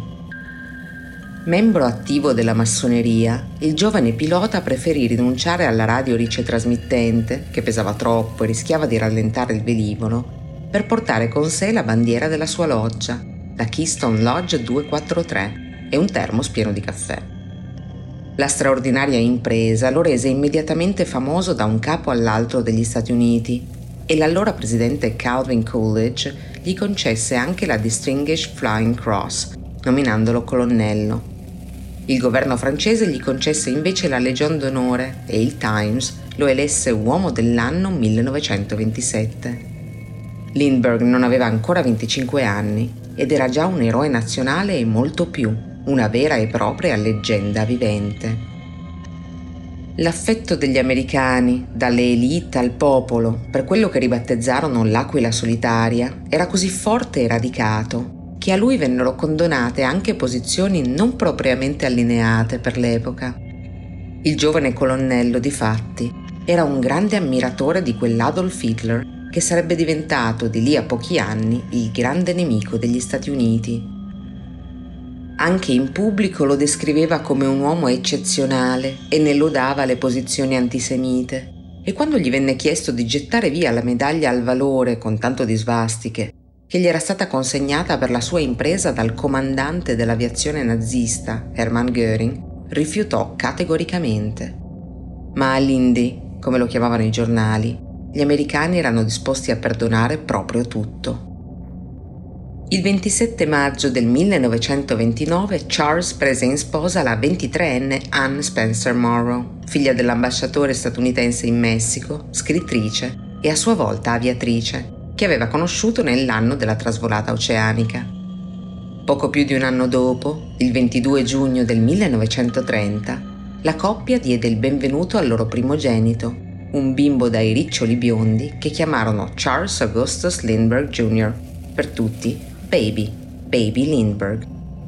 Membro attivo della massoneria, il giovane pilota preferì rinunciare alla radio ricetrasmittente, che pesava troppo e rischiava di rallentare il velivolo, per portare con sé la bandiera della sua loggia, la Keystone Lodge duecentoquarantatré, e un termos pieno di caffè. La straordinaria impresa lo rese immediatamente famoso da un capo all'altro degli Stati Uniti e l'allora presidente Calvin Coolidge gli concesse anche la Distinguished Flying Cross, nominandolo colonnello. Il governo francese gli concesse invece la Legion d'Onore e il Times lo elesse uomo dell'anno millenovecentoventisette. Lindbergh non aveva ancora venticinque anni ed era già un eroe nazionale e molto più, una vera e propria leggenda vivente. L'affetto degli americani, dalle élite al popolo, per quello che ribattezzarono l'Aquila solitaria, era così forte e radicato che a lui vennero condonate anche posizioni non propriamente allineate per l'epoca. Il giovane colonnello, difatti, era un grande ammiratore di quell'Adolf Hitler che sarebbe diventato di lì a pochi anni il grande nemico degli Stati Uniti. Anche in pubblico lo descriveva come un uomo eccezionale e ne lodava le posizioni antisemite, e quando gli venne chiesto di gettare via la medaglia al valore con tanto di svastiche che gli era stata consegnata per la sua impresa dal comandante dell'aviazione nazista, Hermann Göring, rifiutò categoricamente. Ma a Lindy, come lo chiamavano i giornali, gli americani erano disposti a perdonare proprio tutto. Il ventisette maggio del millenovecentoventinove Charles prese in sposa la ventitreenne Anne Spencer Morrow, figlia dell'ambasciatore statunitense in Messico, scrittrice e a sua volta aviatrice, che aveva conosciuto nell'anno della trasvolata oceanica. Poco più di un anno dopo, il ventidue giugno del millenovecentotrenta, la coppia diede il benvenuto al loro primogenito, un bimbo dai riccioli biondi che chiamarono Charles Augustus Lindbergh junior, per tutti Baby, Baby Lindbergh.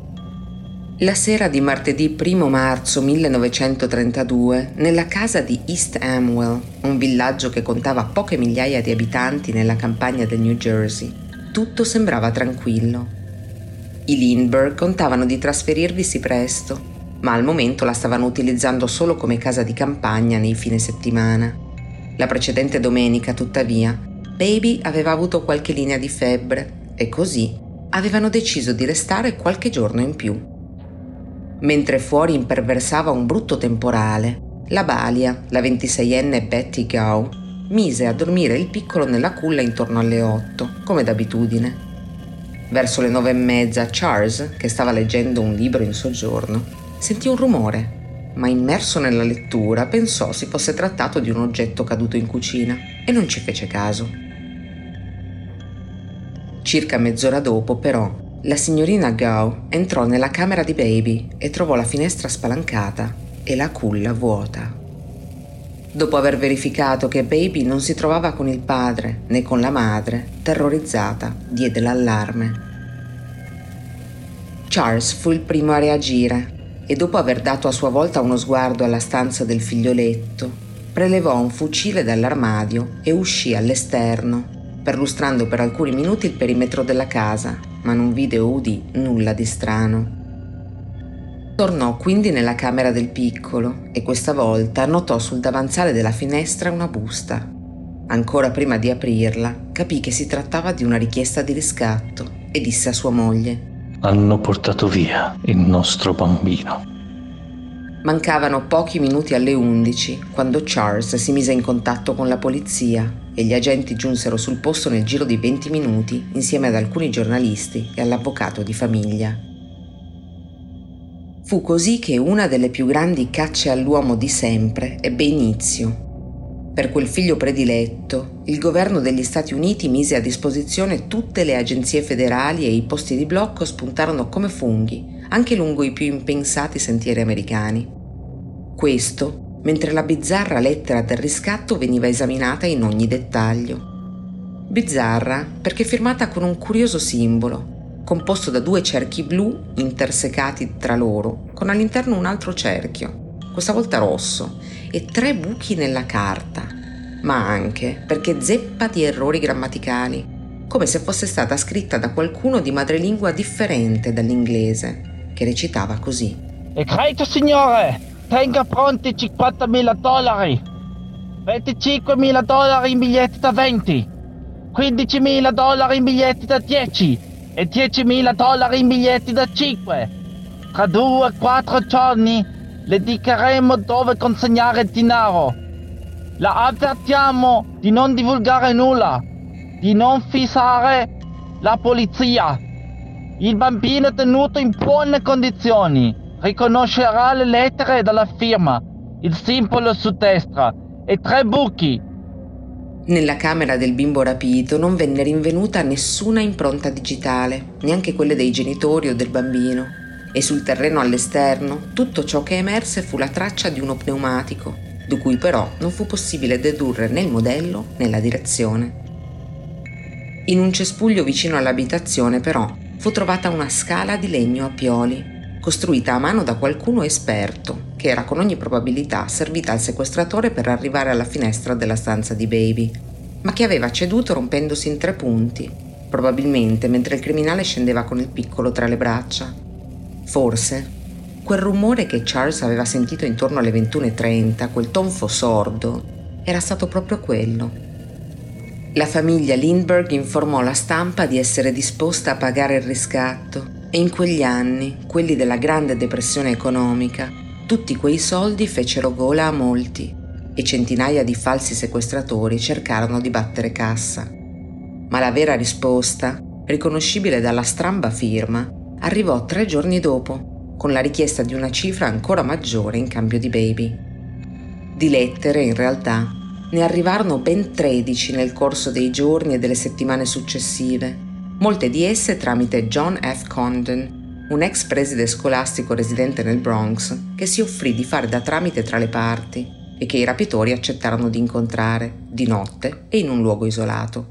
La sera di martedì primo marzo millenovecentotrentadue, nella casa di East Amwell, un villaggio che contava poche migliaia di abitanti nella campagna del New Jersey, tutto sembrava tranquillo. I Lindbergh contavano di trasferirvisi presto, ma al momento la stavano utilizzando solo come casa di campagna nei fine settimana. La precedente domenica, tuttavia, Baby aveva avuto qualche linea di febbre e così avevano deciso di restare qualche giorno in più. Mentre fuori imperversava un brutto temporale, la balia, la ventiseienne Betty Gow, mise a dormire il piccolo nella culla intorno alle otto, come d'abitudine. Verso le nove e mezza Charles, che stava leggendo un libro in soggiorno, sentì un rumore, ma immerso nella lettura pensò si fosse trattato di un oggetto caduto in cucina e non ci fece caso. Circa mezz'ora dopo, però, la signorina Gow entrò nella camera di Baby e trovò la finestra spalancata e la culla vuota. Dopo aver verificato che Baby non si trovava con il padre né con la madre, terrorizzata, diede l'allarme. Charles fu il primo a reagire. e dopo aver dato a sua volta uno sguardo alla stanza del figlioletto, prelevò un fucile dall'armadio e uscì all'esterno, perlustrando per alcuni minuti il perimetro della casa, ma non vide o udì nulla di strano. Tornò quindi nella camera del piccolo e questa volta notò sul davanzale della finestra una busta. Ancora prima di aprirla, capì che si trattava di una richiesta di riscatto e disse a sua moglie: hanno portato via il nostro bambino. Mancavano pochi minuti alle undici quando Charles si mise in contatto con la polizia e gli agenti giunsero sul posto nel giro di venti minuti insieme ad alcuni giornalisti e all'avvocato di famiglia. Fu così che una delle più grandi cacce all'uomo di sempre ebbe inizio. Per quel figlio prediletto, il governo degli Stati Uniti mise a disposizione tutte le agenzie federali e i posti di blocco spuntarono come funghi, anche lungo i più impensati sentieri americani. Questo, mentre la bizzarra lettera del riscatto veniva esaminata in ogni dettaglio. Bizzarra perché firmata con un curioso simbolo, composto da due cerchi blu intersecati tra loro, con all'interno un altro cerchio, questa volta rosso, e tre buchi nella carta, ma anche perché zeppa di errori grammaticali, come se fosse stata scritta da qualcuno di madrelingua differente dall'inglese, che recitava così: E credo, signore, tenga pronti cinquantamila dollari, venticinquemila dollari in biglietti da venti, quindicimila dollari in biglietti da dieci e diecimila dollari in biglietti da cinque. Tra due o quattro giorni le dicheremo dove consegnare il denaro. La avvertiamo di non divulgare nulla, di non fissare la polizia. Il bambino è tenuto in buone condizioni. Riconoscerà le lettere dalla firma, il simbolo su destra e tre buchi. Nella camera del bimbo rapito non venne rinvenuta nessuna impronta digitale, neanche quelle dei genitori o del bambino. E sul terreno all'esterno tutto ciò che emerse fu la traccia di uno pneumatico, di cui però non fu possibile dedurre né il modello né la direzione. In un cespuglio vicino all'abitazione però fu trovata una scala di legno a pioli, costruita a mano da qualcuno esperto, che era con ogni probabilità servita al sequestratore per arrivare alla finestra della stanza di Baby, ma che aveva ceduto rompendosi in tre punti, probabilmente mentre il criminale scendeva con il piccolo tra le braccia. Forse quel rumore che Charles aveva sentito intorno alle ventuno e trenta, quel tonfo sordo, era stato proprio quello. La famiglia Lindbergh informò la stampa di essere disposta a pagare il riscatto e in quegli anni, quelli della Grande Depressione economica, tutti quei soldi fecero gola a molti e centinaia di falsi sequestratori cercarono di battere cassa. Ma la vera risposta, riconoscibile dalla stramba firma, arrivò tre giorni dopo, con la richiesta di una cifra ancora maggiore in cambio di Baby. Di lettere, in realtà, ne arrivarono ben tredici nel corso dei giorni e delle settimane successive, molte di esse tramite John F. Condon, un ex preside scolastico residente nel Bronx, che si offrì di fare da tramite tra le parti e che i rapitori accettarono di incontrare, di notte e in un luogo isolato.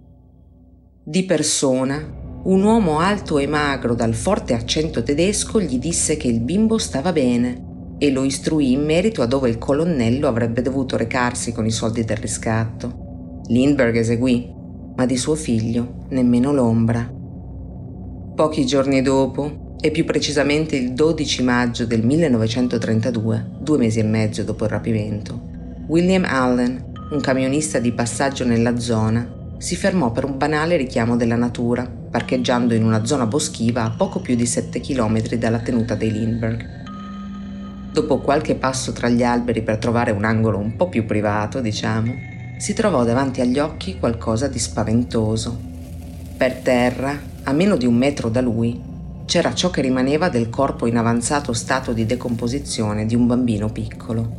Di persona, un uomo alto e magro dal forte accento tedesco gli disse che il bimbo stava bene e lo istruì in merito a dove il colonnello avrebbe dovuto recarsi con i soldi del riscatto. Lindbergh eseguì, ma di suo figlio nemmeno l'ombra. Pochi giorni dopo, e più precisamente il dodici maggio del millenovecentotrentadue, due mesi e mezzo dopo il rapimento, William Allen, un camionista di passaggio nella zona, si fermò per un banale richiamo della natura, parcheggiando in una zona boschiva a poco più di sette chilometri dalla tenuta dei Lindbergh. Dopo qualche passo tra gli alberi per trovare un angolo un po' più privato, diciamo, si trovò davanti agli occhi qualcosa di spaventoso. Per terra, a meno di un metro da lui, c'era ciò che rimaneva del corpo in avanzato stato di decomposizione di un bambino piccolo.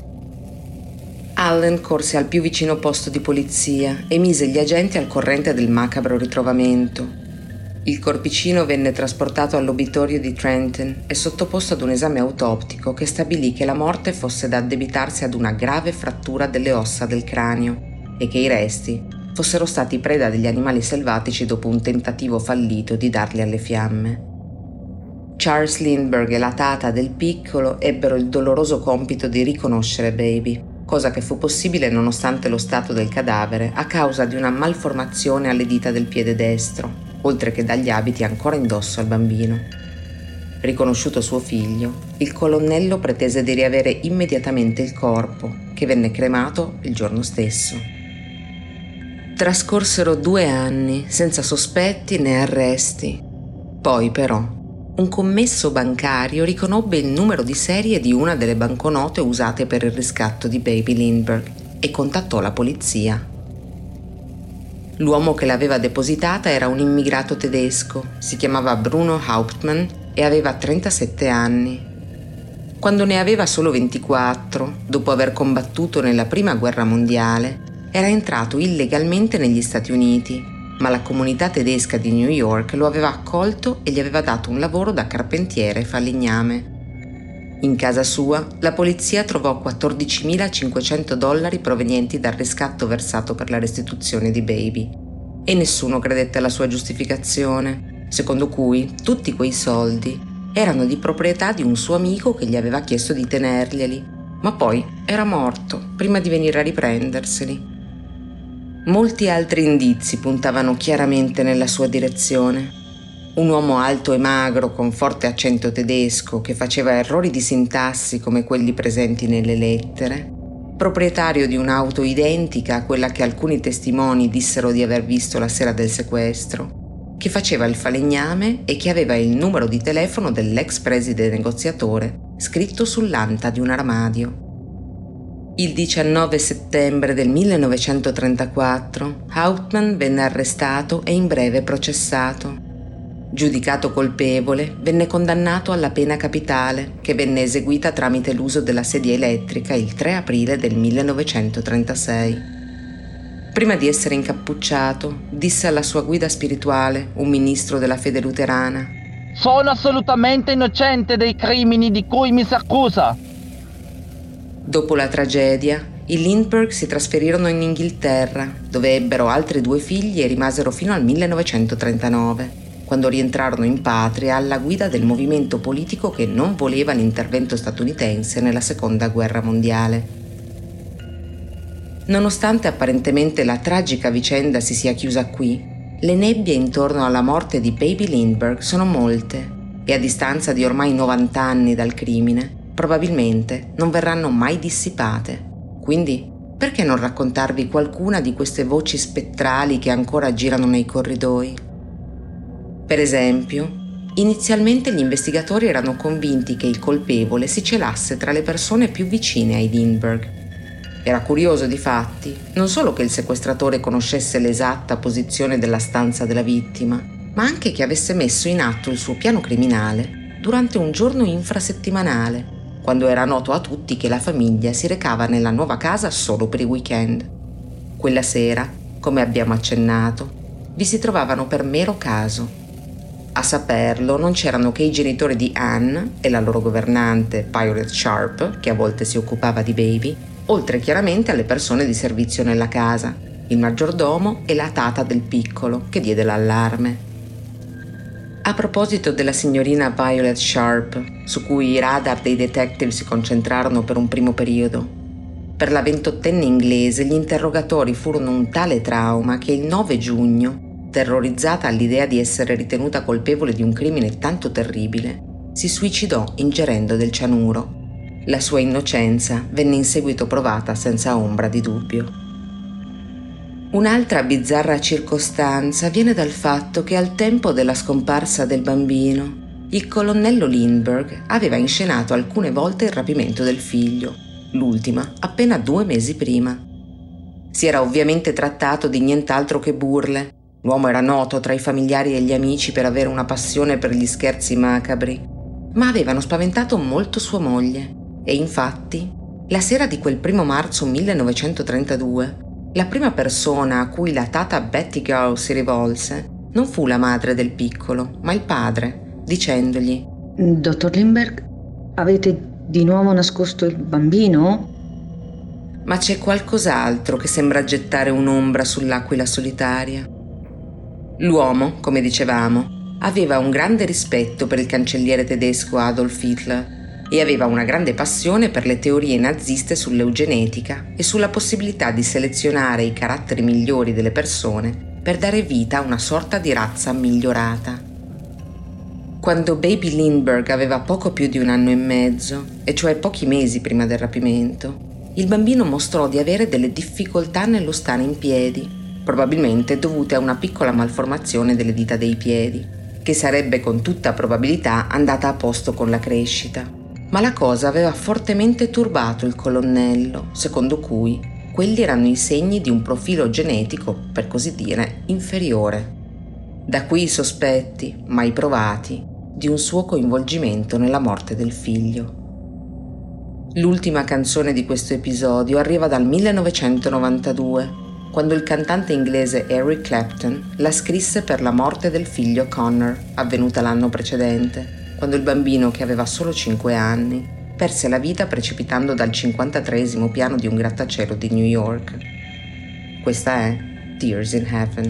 Allen corse al più vicino posto di polizia e mise gli agenti al corrente del macabro ritrovamento. Il corpicino venne trasportato all'obitorio di Trenton e sottoposto ad un esame autoptico che stabilì che la morte fosse da addebitarsi ad una grave frattura delle ossa del cranio e che i resti fossero stati preda degli animali selvatici dopo un tentativo fallito di darli alle fiamme. Charles Lindbergh e la tata del piccolo ebbero il doloroso compito di riconoscere Baby, cosa che fu possibile nonostante lo stato del cadavere a causa di una malformazione alle dita del piede destro, oltre che dagli abiti ancora indosso al bambino. Riconosciuto suo figlio, il colonnello pretese di riavere immediatamente il corpo, che venne cremato il giorno stesso. Trascorsero due anni senza sospetti né arresti. Poi, però, un commesso bancario riconobbe il numero di serie di una delle banconote usate per il riscatto di Baby Lindbergh e contattò la polizia. L'uomo che l'aveva depositata era un immigrato tedesco, si chiamava Bruno Hauptmann e aveva trentasette anni. Quando ne aveva solo ventiquattro, dopo aver combattuto nella Prima Guerra Mondiale, era entrato illegalmente negli Stati Uniti, ma la comunità tedesca di New York lo aveva accolto e gli aveva dato un lavoro da carpentiere e falegname. In casa sua, la polizia trovò quattordicimilacinquecento dollari provenienti dal riscatto versato per la restituzione di Baby, e nessuno credette alla sua giustificazione, secondo cui tutti quei soldi erano di proprietà di un suo amico che gli aveva chiesto di tenerglieli, ma poi era morto prima di venire a riprenderseli. Molti altri indizi puntavano chiaramente nella sua direzione. Un uomo alto e magro con forte accento tedesco che faceva errori di sintassi come quelli presenti nelle lettere, proprietario di un'auto identica a quella che alcuni testimoni dissero di aver visto la sera del sequestro, che faceva il falegname e che aveva il numero di telefono dell'ex preside negoziatore scritto sull'anta di un armadio. Il diciannove settembre del millenovecentotrentaquattro Hauptmann venne arrestato e in breve processato. Giudicato colpevole, venne condannato alla pena capitale, che venne eseguita tramite l'uso della sedia elettrica il tre aprile del millenovecentotrentasei. Prima di essere incappucciato, disse alla sua guida spirituale, un ministro della fede luterana: «Sono assolutamente innocente dei crimini di cui mi si accusa». Dopo la tragedia, i Lindbergh si trasferirono in Inghilterra, dove ebbero altri due figli e rimasero fino al millenovecentotrentanove, quando rientrarono in patria alla guida del movimento politico che non voleva l'intervento statunitense nella Seconda Guerra Mondiale. Nonostante apparentemente la tragica vicenda si sia chiusa qui, le nebbie intorno alla morte di Baby Lindbergh sono molte e a distanza di ormai novanta anni dal crimine probabilmente non verranno mai dissipate. Quindi, perché non raccontarvi qualcuna di queste voci spettrali che ancora girano nei corridoi? Per esempio, inizialmente gli investigatori erano convinti che il colpevole si celasse tra le persone più vicine ai Lindbergh. Era curioso, difatti, non solo che il sequestratore conoscesse l'esatta posizione della stanza della vittima, ma anche che avesse messo in atto il suo piano criminale durante un giorno infrasettimanale, quando era noto a tutti che la famiglia si recava nella nuova casa solo per i weekend. Quella sera, come abbiamo accennato, vi si trovavano per mero caso. A saperlo non c'erano che i genitori di Anne e la loro governante, Violet Sharp, che a volte si occupava di Baby, oltre chiaramente alle persone di servizio nella casa, il maggiordomo e la tata del piccolo, che diede l'allarme. A proposito della signorina Violet Sharp, su cui i radar dei detective si concentrarono per un primo periodo, per la ventottenne inglese gli interrogatori furono un tale trauma che il nove giugno, terrorizzata all'idea di essere ritenuta colpevole di un crimine tanto terribile, si suicidò ingerendo del cianuro. La sua innocenza venne in seguito provata senza ombra di dubbio. Un'altra bizzarra circostanza viene dal fatto che al tempo della scomparsa del bambino, il colonnello Lindbergh aveva inscenato alcune volte il rapimento del figlio, l'ultima appena due mesi prima. Si era ovviamente trattato di nient'altro che burle. L'uomo era noto tra i familiari e gli amici per avere una passione per gli scherzi macabri, ma avevano spaventato molto sua moglie. E infatti, la sera di quel primo marzo millenovecentotrentadue, la prima persona a cui la tata Betty Girl si rivolse non fu la madre del piccolo, ma il padre, dicendogli: «Dottor Lindbergh, avete di nuovo nascosto il bambino?» Ma c'è qualcos'altro che sembra gettare un'ombra sull'aquila solitaria. L'uomo, come dicevamo, aveva un grande rispetto per il cancelliere tedesco Adolf Hitler e aveva una grande passione per le teorie naziste sull'eugenetica e sulla possibilità di selezionare i caratteri migliori delle persone per dare vita a una sorta di razza migliorata. Quando Baby Lindbergh aveva poco più di un anno e mezzo, e cioè pochi mesi prima del rapimento, il bambino mostrò di avere delle difficoltà nello stare in piedi, probabilmente dovute a una piccola malformazione delle dita dei piedi, che sarebbe con tutta probabilità andata a posto con la crescita. Ma la cosa aveva fortemente turbato il colonnello, secondo cui quelli erano i segni di un profilo genetico, per così dire, inferiore. Da qui i sospetti, mai provati, di un suo coinvolgimento nella morte del figlio. L'ultima canzone di questo episodio arriva dal millenovecentonovantadue, quando il cantante inglese Eric Clapton la scrisse per la morte del figlio Connor, avvenuta l'anno precedente, quando il bambino, che aveva solo cinque anni, perse la vita precipitando dal cinquantatreesimo piano di un grattacielo di New York. Questa è Tears in Heaven.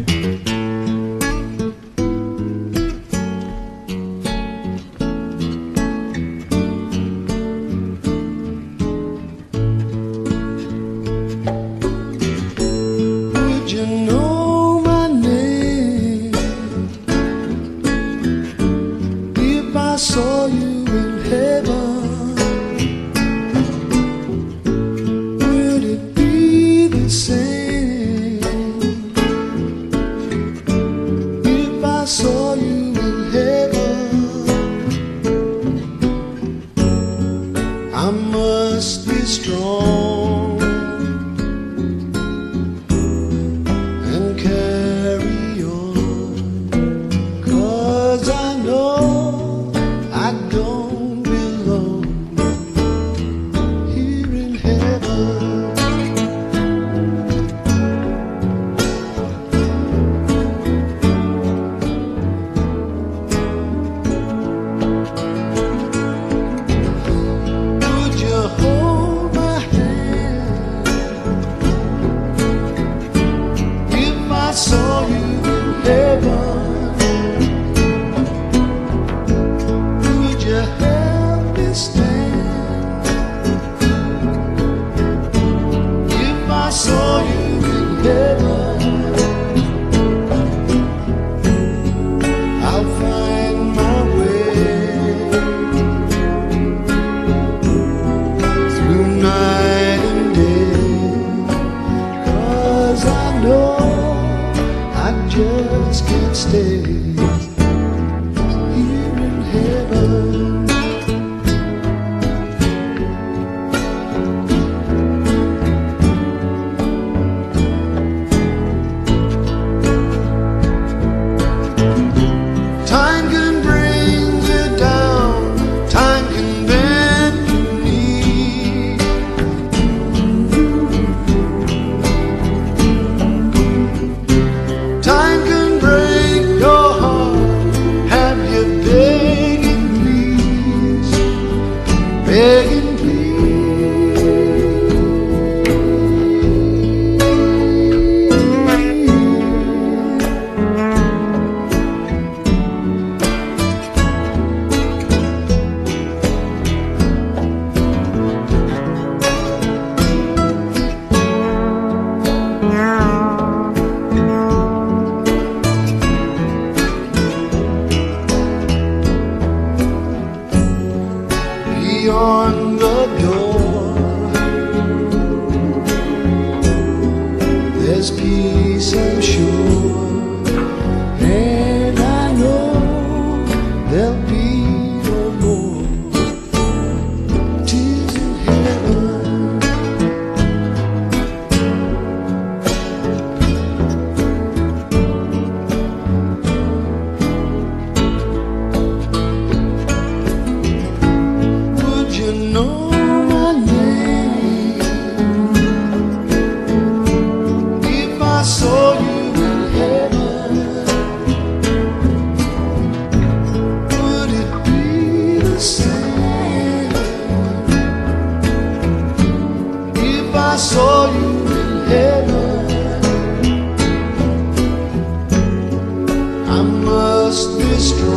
Destroy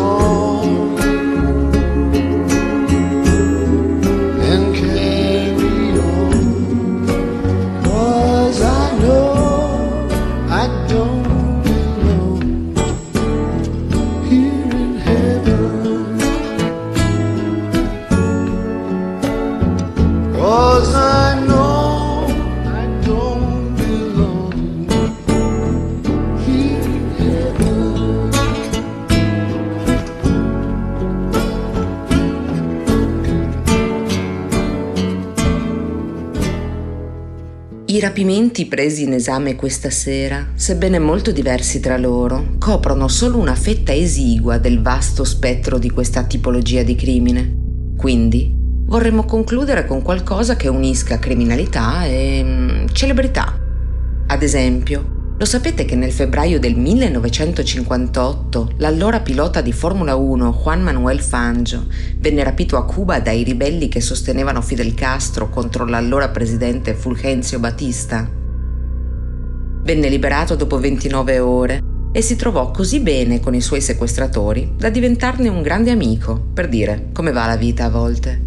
rapimenti presi in esame questa sera, sebbene molto diversi tra loro, coprono solo una fetta esigua del vasto spettro di questa tipologia di crimine. Quindi vorremmo concludere con qualcosa che unisca criminalità e mm, celebrità. Ad esempio, lo sapete che nel febbraio del millenovecentocinquantotto l'allora pilota di Formula uno Juan Manuel Fangio venne rapito a Cuba dai ribelli che sostenevano Fidel Castro contro l'allora presidente Fulgencio Batista? Venne liberato dopo ventinove ore e si trovò così bene con i suoi sequestratori da diventarne un grande amico, per dire come va la vita a volte.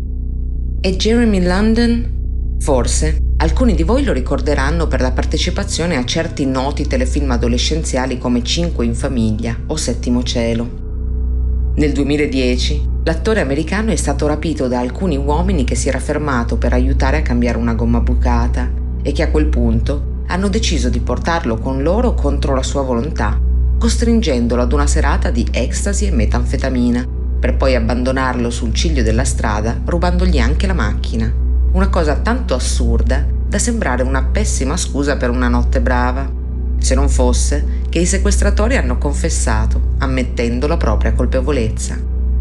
E Jeremy London? Forse alcuni di voi lo ricorderanno per la partecipazione a certi noti telefilm adolescenziali come Cinque in famiglia o Settimo cielo. Nel duemiladieci l'attore americano è stato rapito da alcuni uomini che si era fermato per aiutare a cambiare una gomma bucata e che a quel punto hanno deciso di portarlo con loro contro la sua volontà, costringendolo ad una serata di ecstasy e metanfetamina, per poi abbandonarlo sul ciglio della strada rubandogli anche la macchina. Una cosa tanto assurda da sembrare una pessima scusa per una notte brava, se non fosse che i sequestratori hanno confessato, ammettendo la propria colpevolezza.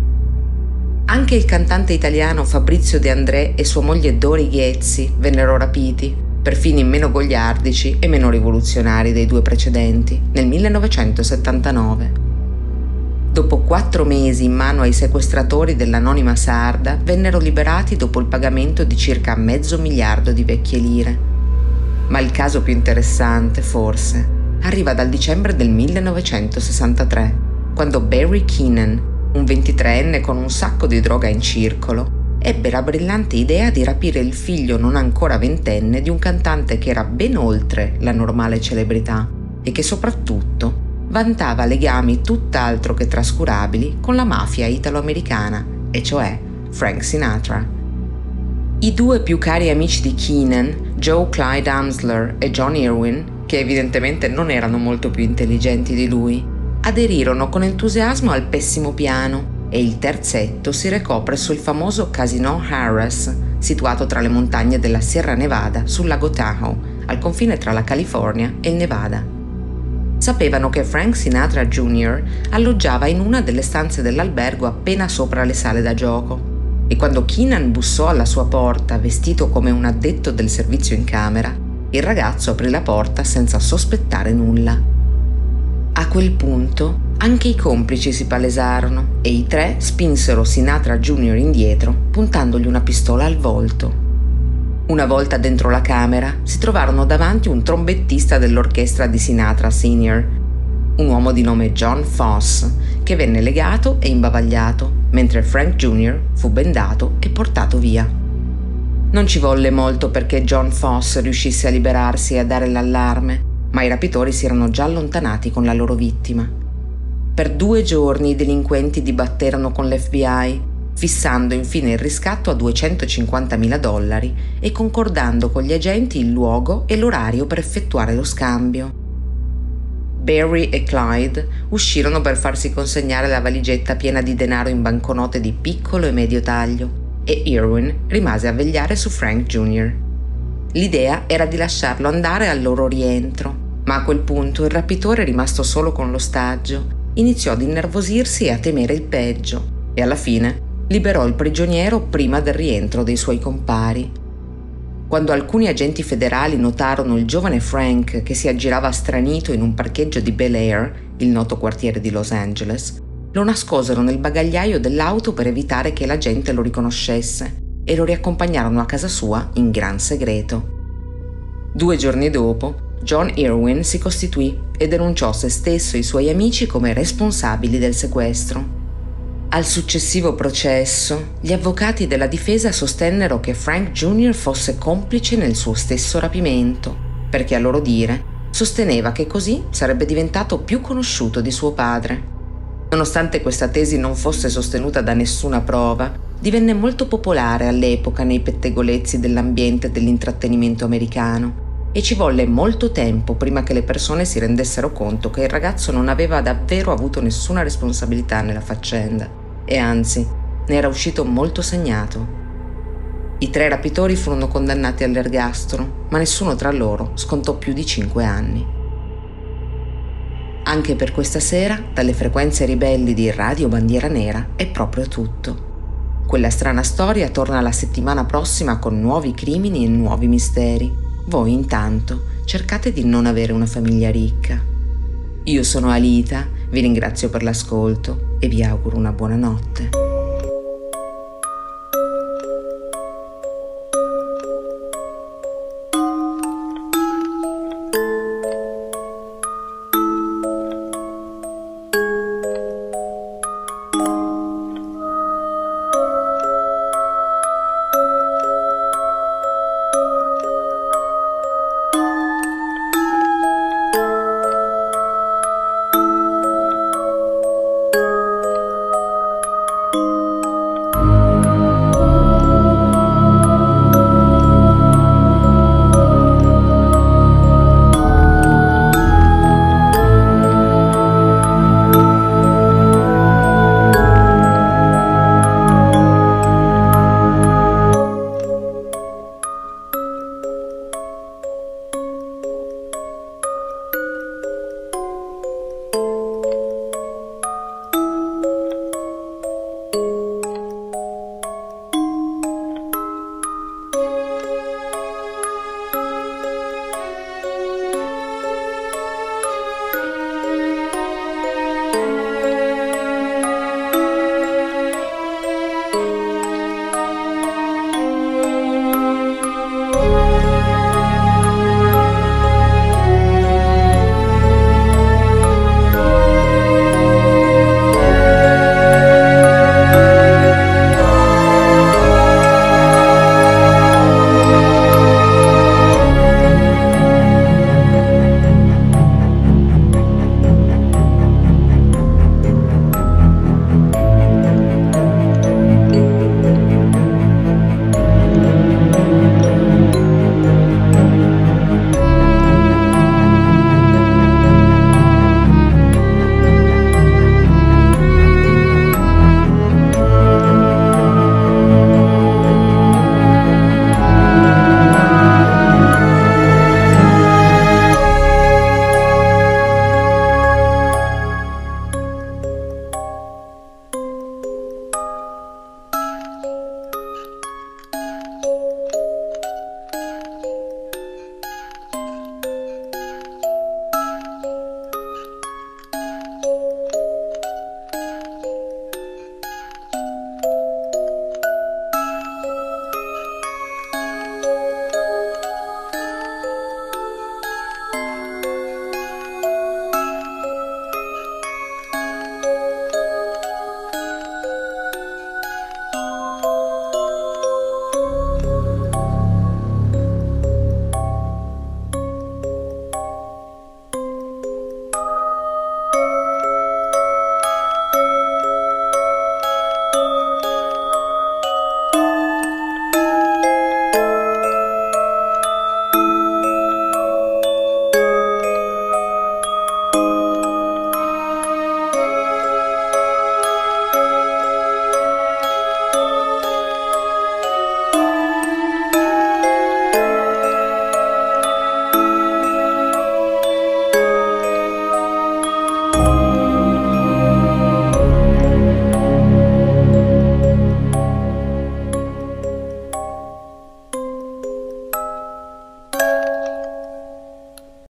Anche il cantante italiano Fabrizio De André e sua moglie Dori Ghezzi vennero rapiti, per fini meno goliardici e meno rivoluzionari dei due precedenti, nel millenovecentosettantanove. Dopo quattro mesi in mano ai sequestratori dell'anonima sarda, vennero liberati dopo il pagamento di circa mezzo miliardo di vecchie lire. Ma il caso più interessante, forse, arriva dal dicembre del millenovecentosessantatré, quando Barry Keenan, un ventitreenne con un sacco di droga in circolo, ebbe la brillante idea di rapire il figlio non ancora ventenne di un cantante che era ben oltre la normale celebrità e che soprattutto vantava legami tutt'altro che trascurabili con la mafia italo-americana, e cioè Frank Sinatra. I due più cari amici di Keenan, Joe Clyde Amsler e John Irwin, che evidentemente non erano molto più intelligenti di lui, aderirono con entusiasmo al pessimo piano e il terzetto si recò presso il famoso Casino Harrah's, situato tra le montagne della Sierra Nevada sul lago Tahoe, al confine tra la California e il Nevada. Sapevano che Frank Sinatra Junior alloggiava in una delle stanze dell'albergo appena sopra le sale da gioco e quando Keenan bussò alla sua porta vestito come un addetto del servizio in camera, il ragazzo aprì la porta senza sospettare nulla. A quel punto anche i complici si palesarono e i tre spinsero Sinatra Junior indietro puntandogli una pistola al volto. Una volta dentro la camera si trovarono davanti un trombettista dell'orchestra di Sinatra Senior, un uomo di nome John Foss, che venne legato e imbavagliato, mentre Frank Junior fu bendato e portato via. Non ci volle molto perché John Foss riuscisse a liberarsi e a dare l'allarme, ma i rapitori si erano già allontanati con la loro vittima. Per due giorni i delinquenti dibatterono con l'F B I, fissando infine il riscatto a duecentocinquantamila dollari e concordando con gli agenti il luogo e l'orario per effettuare lo scambio. Barry e Clyde uscirono per farsi consegnare la valigetta piena di denaro in banconote di piccolo e medio taglio e Irwin rimase a vegliare su Frank Junior L'idea era di lasciarlo andare al loro rientro, ma a quel punto il rapitore, rimasto solo con l'ostaggio, iniziò ad innervosirsi e a temere il peggio e alla fine liberò il prigioniero prima del rientro dei suoi compari. Quando alcuni agenti federali notarono il giovane Frank che si aggirava stranito in un parcheggio di Bel Air, il noto quartiere di Los Angeles, lo nascosero nel bagagliaio dell'auto per evitare che la gente lo riconoscesse e lo riaccompagnarono a casa sua in gran segreto. Due giorni dopo, John Irwin si costituì e denunciò se stesso e i suoi amici come responsabili del sequestro. Al successivo processo, gli avvocati della difesa sostennero che Frank Junior fosse complice nel suo stesso rapimento, perché a loro dire sosteneva che così sarebbe diventato più conosciuto di suo padre. Nonostante questa tesi non fosse sostenuta da nessuna prova, divenne molto popolare all'epoca nei pettegolezzi dell'ambiente dell'intrattenimento americano e ci volle molto tempo prima che le persone si rendessero conto che il ragazzo non aveva davvero avuto nessuna responsabilità nella faccenda e anzi ne era uscito molto segnato. I tre rapitori furono condannati all'ergastolo, ma nessuno tra loro scontò più di cinque anni. Anche per questa sera, dalle frequenze ribelli di Radio Bandiera Nera, è proprio tutto. Quella strana storia torna la settimana prossima con nuovi crimini e nuovi misteri. Voi intanto cercate di non avere una famiglia ricca. Io sono Alita, vi ringrazio per l'ascolto e vi auguro una buona notte.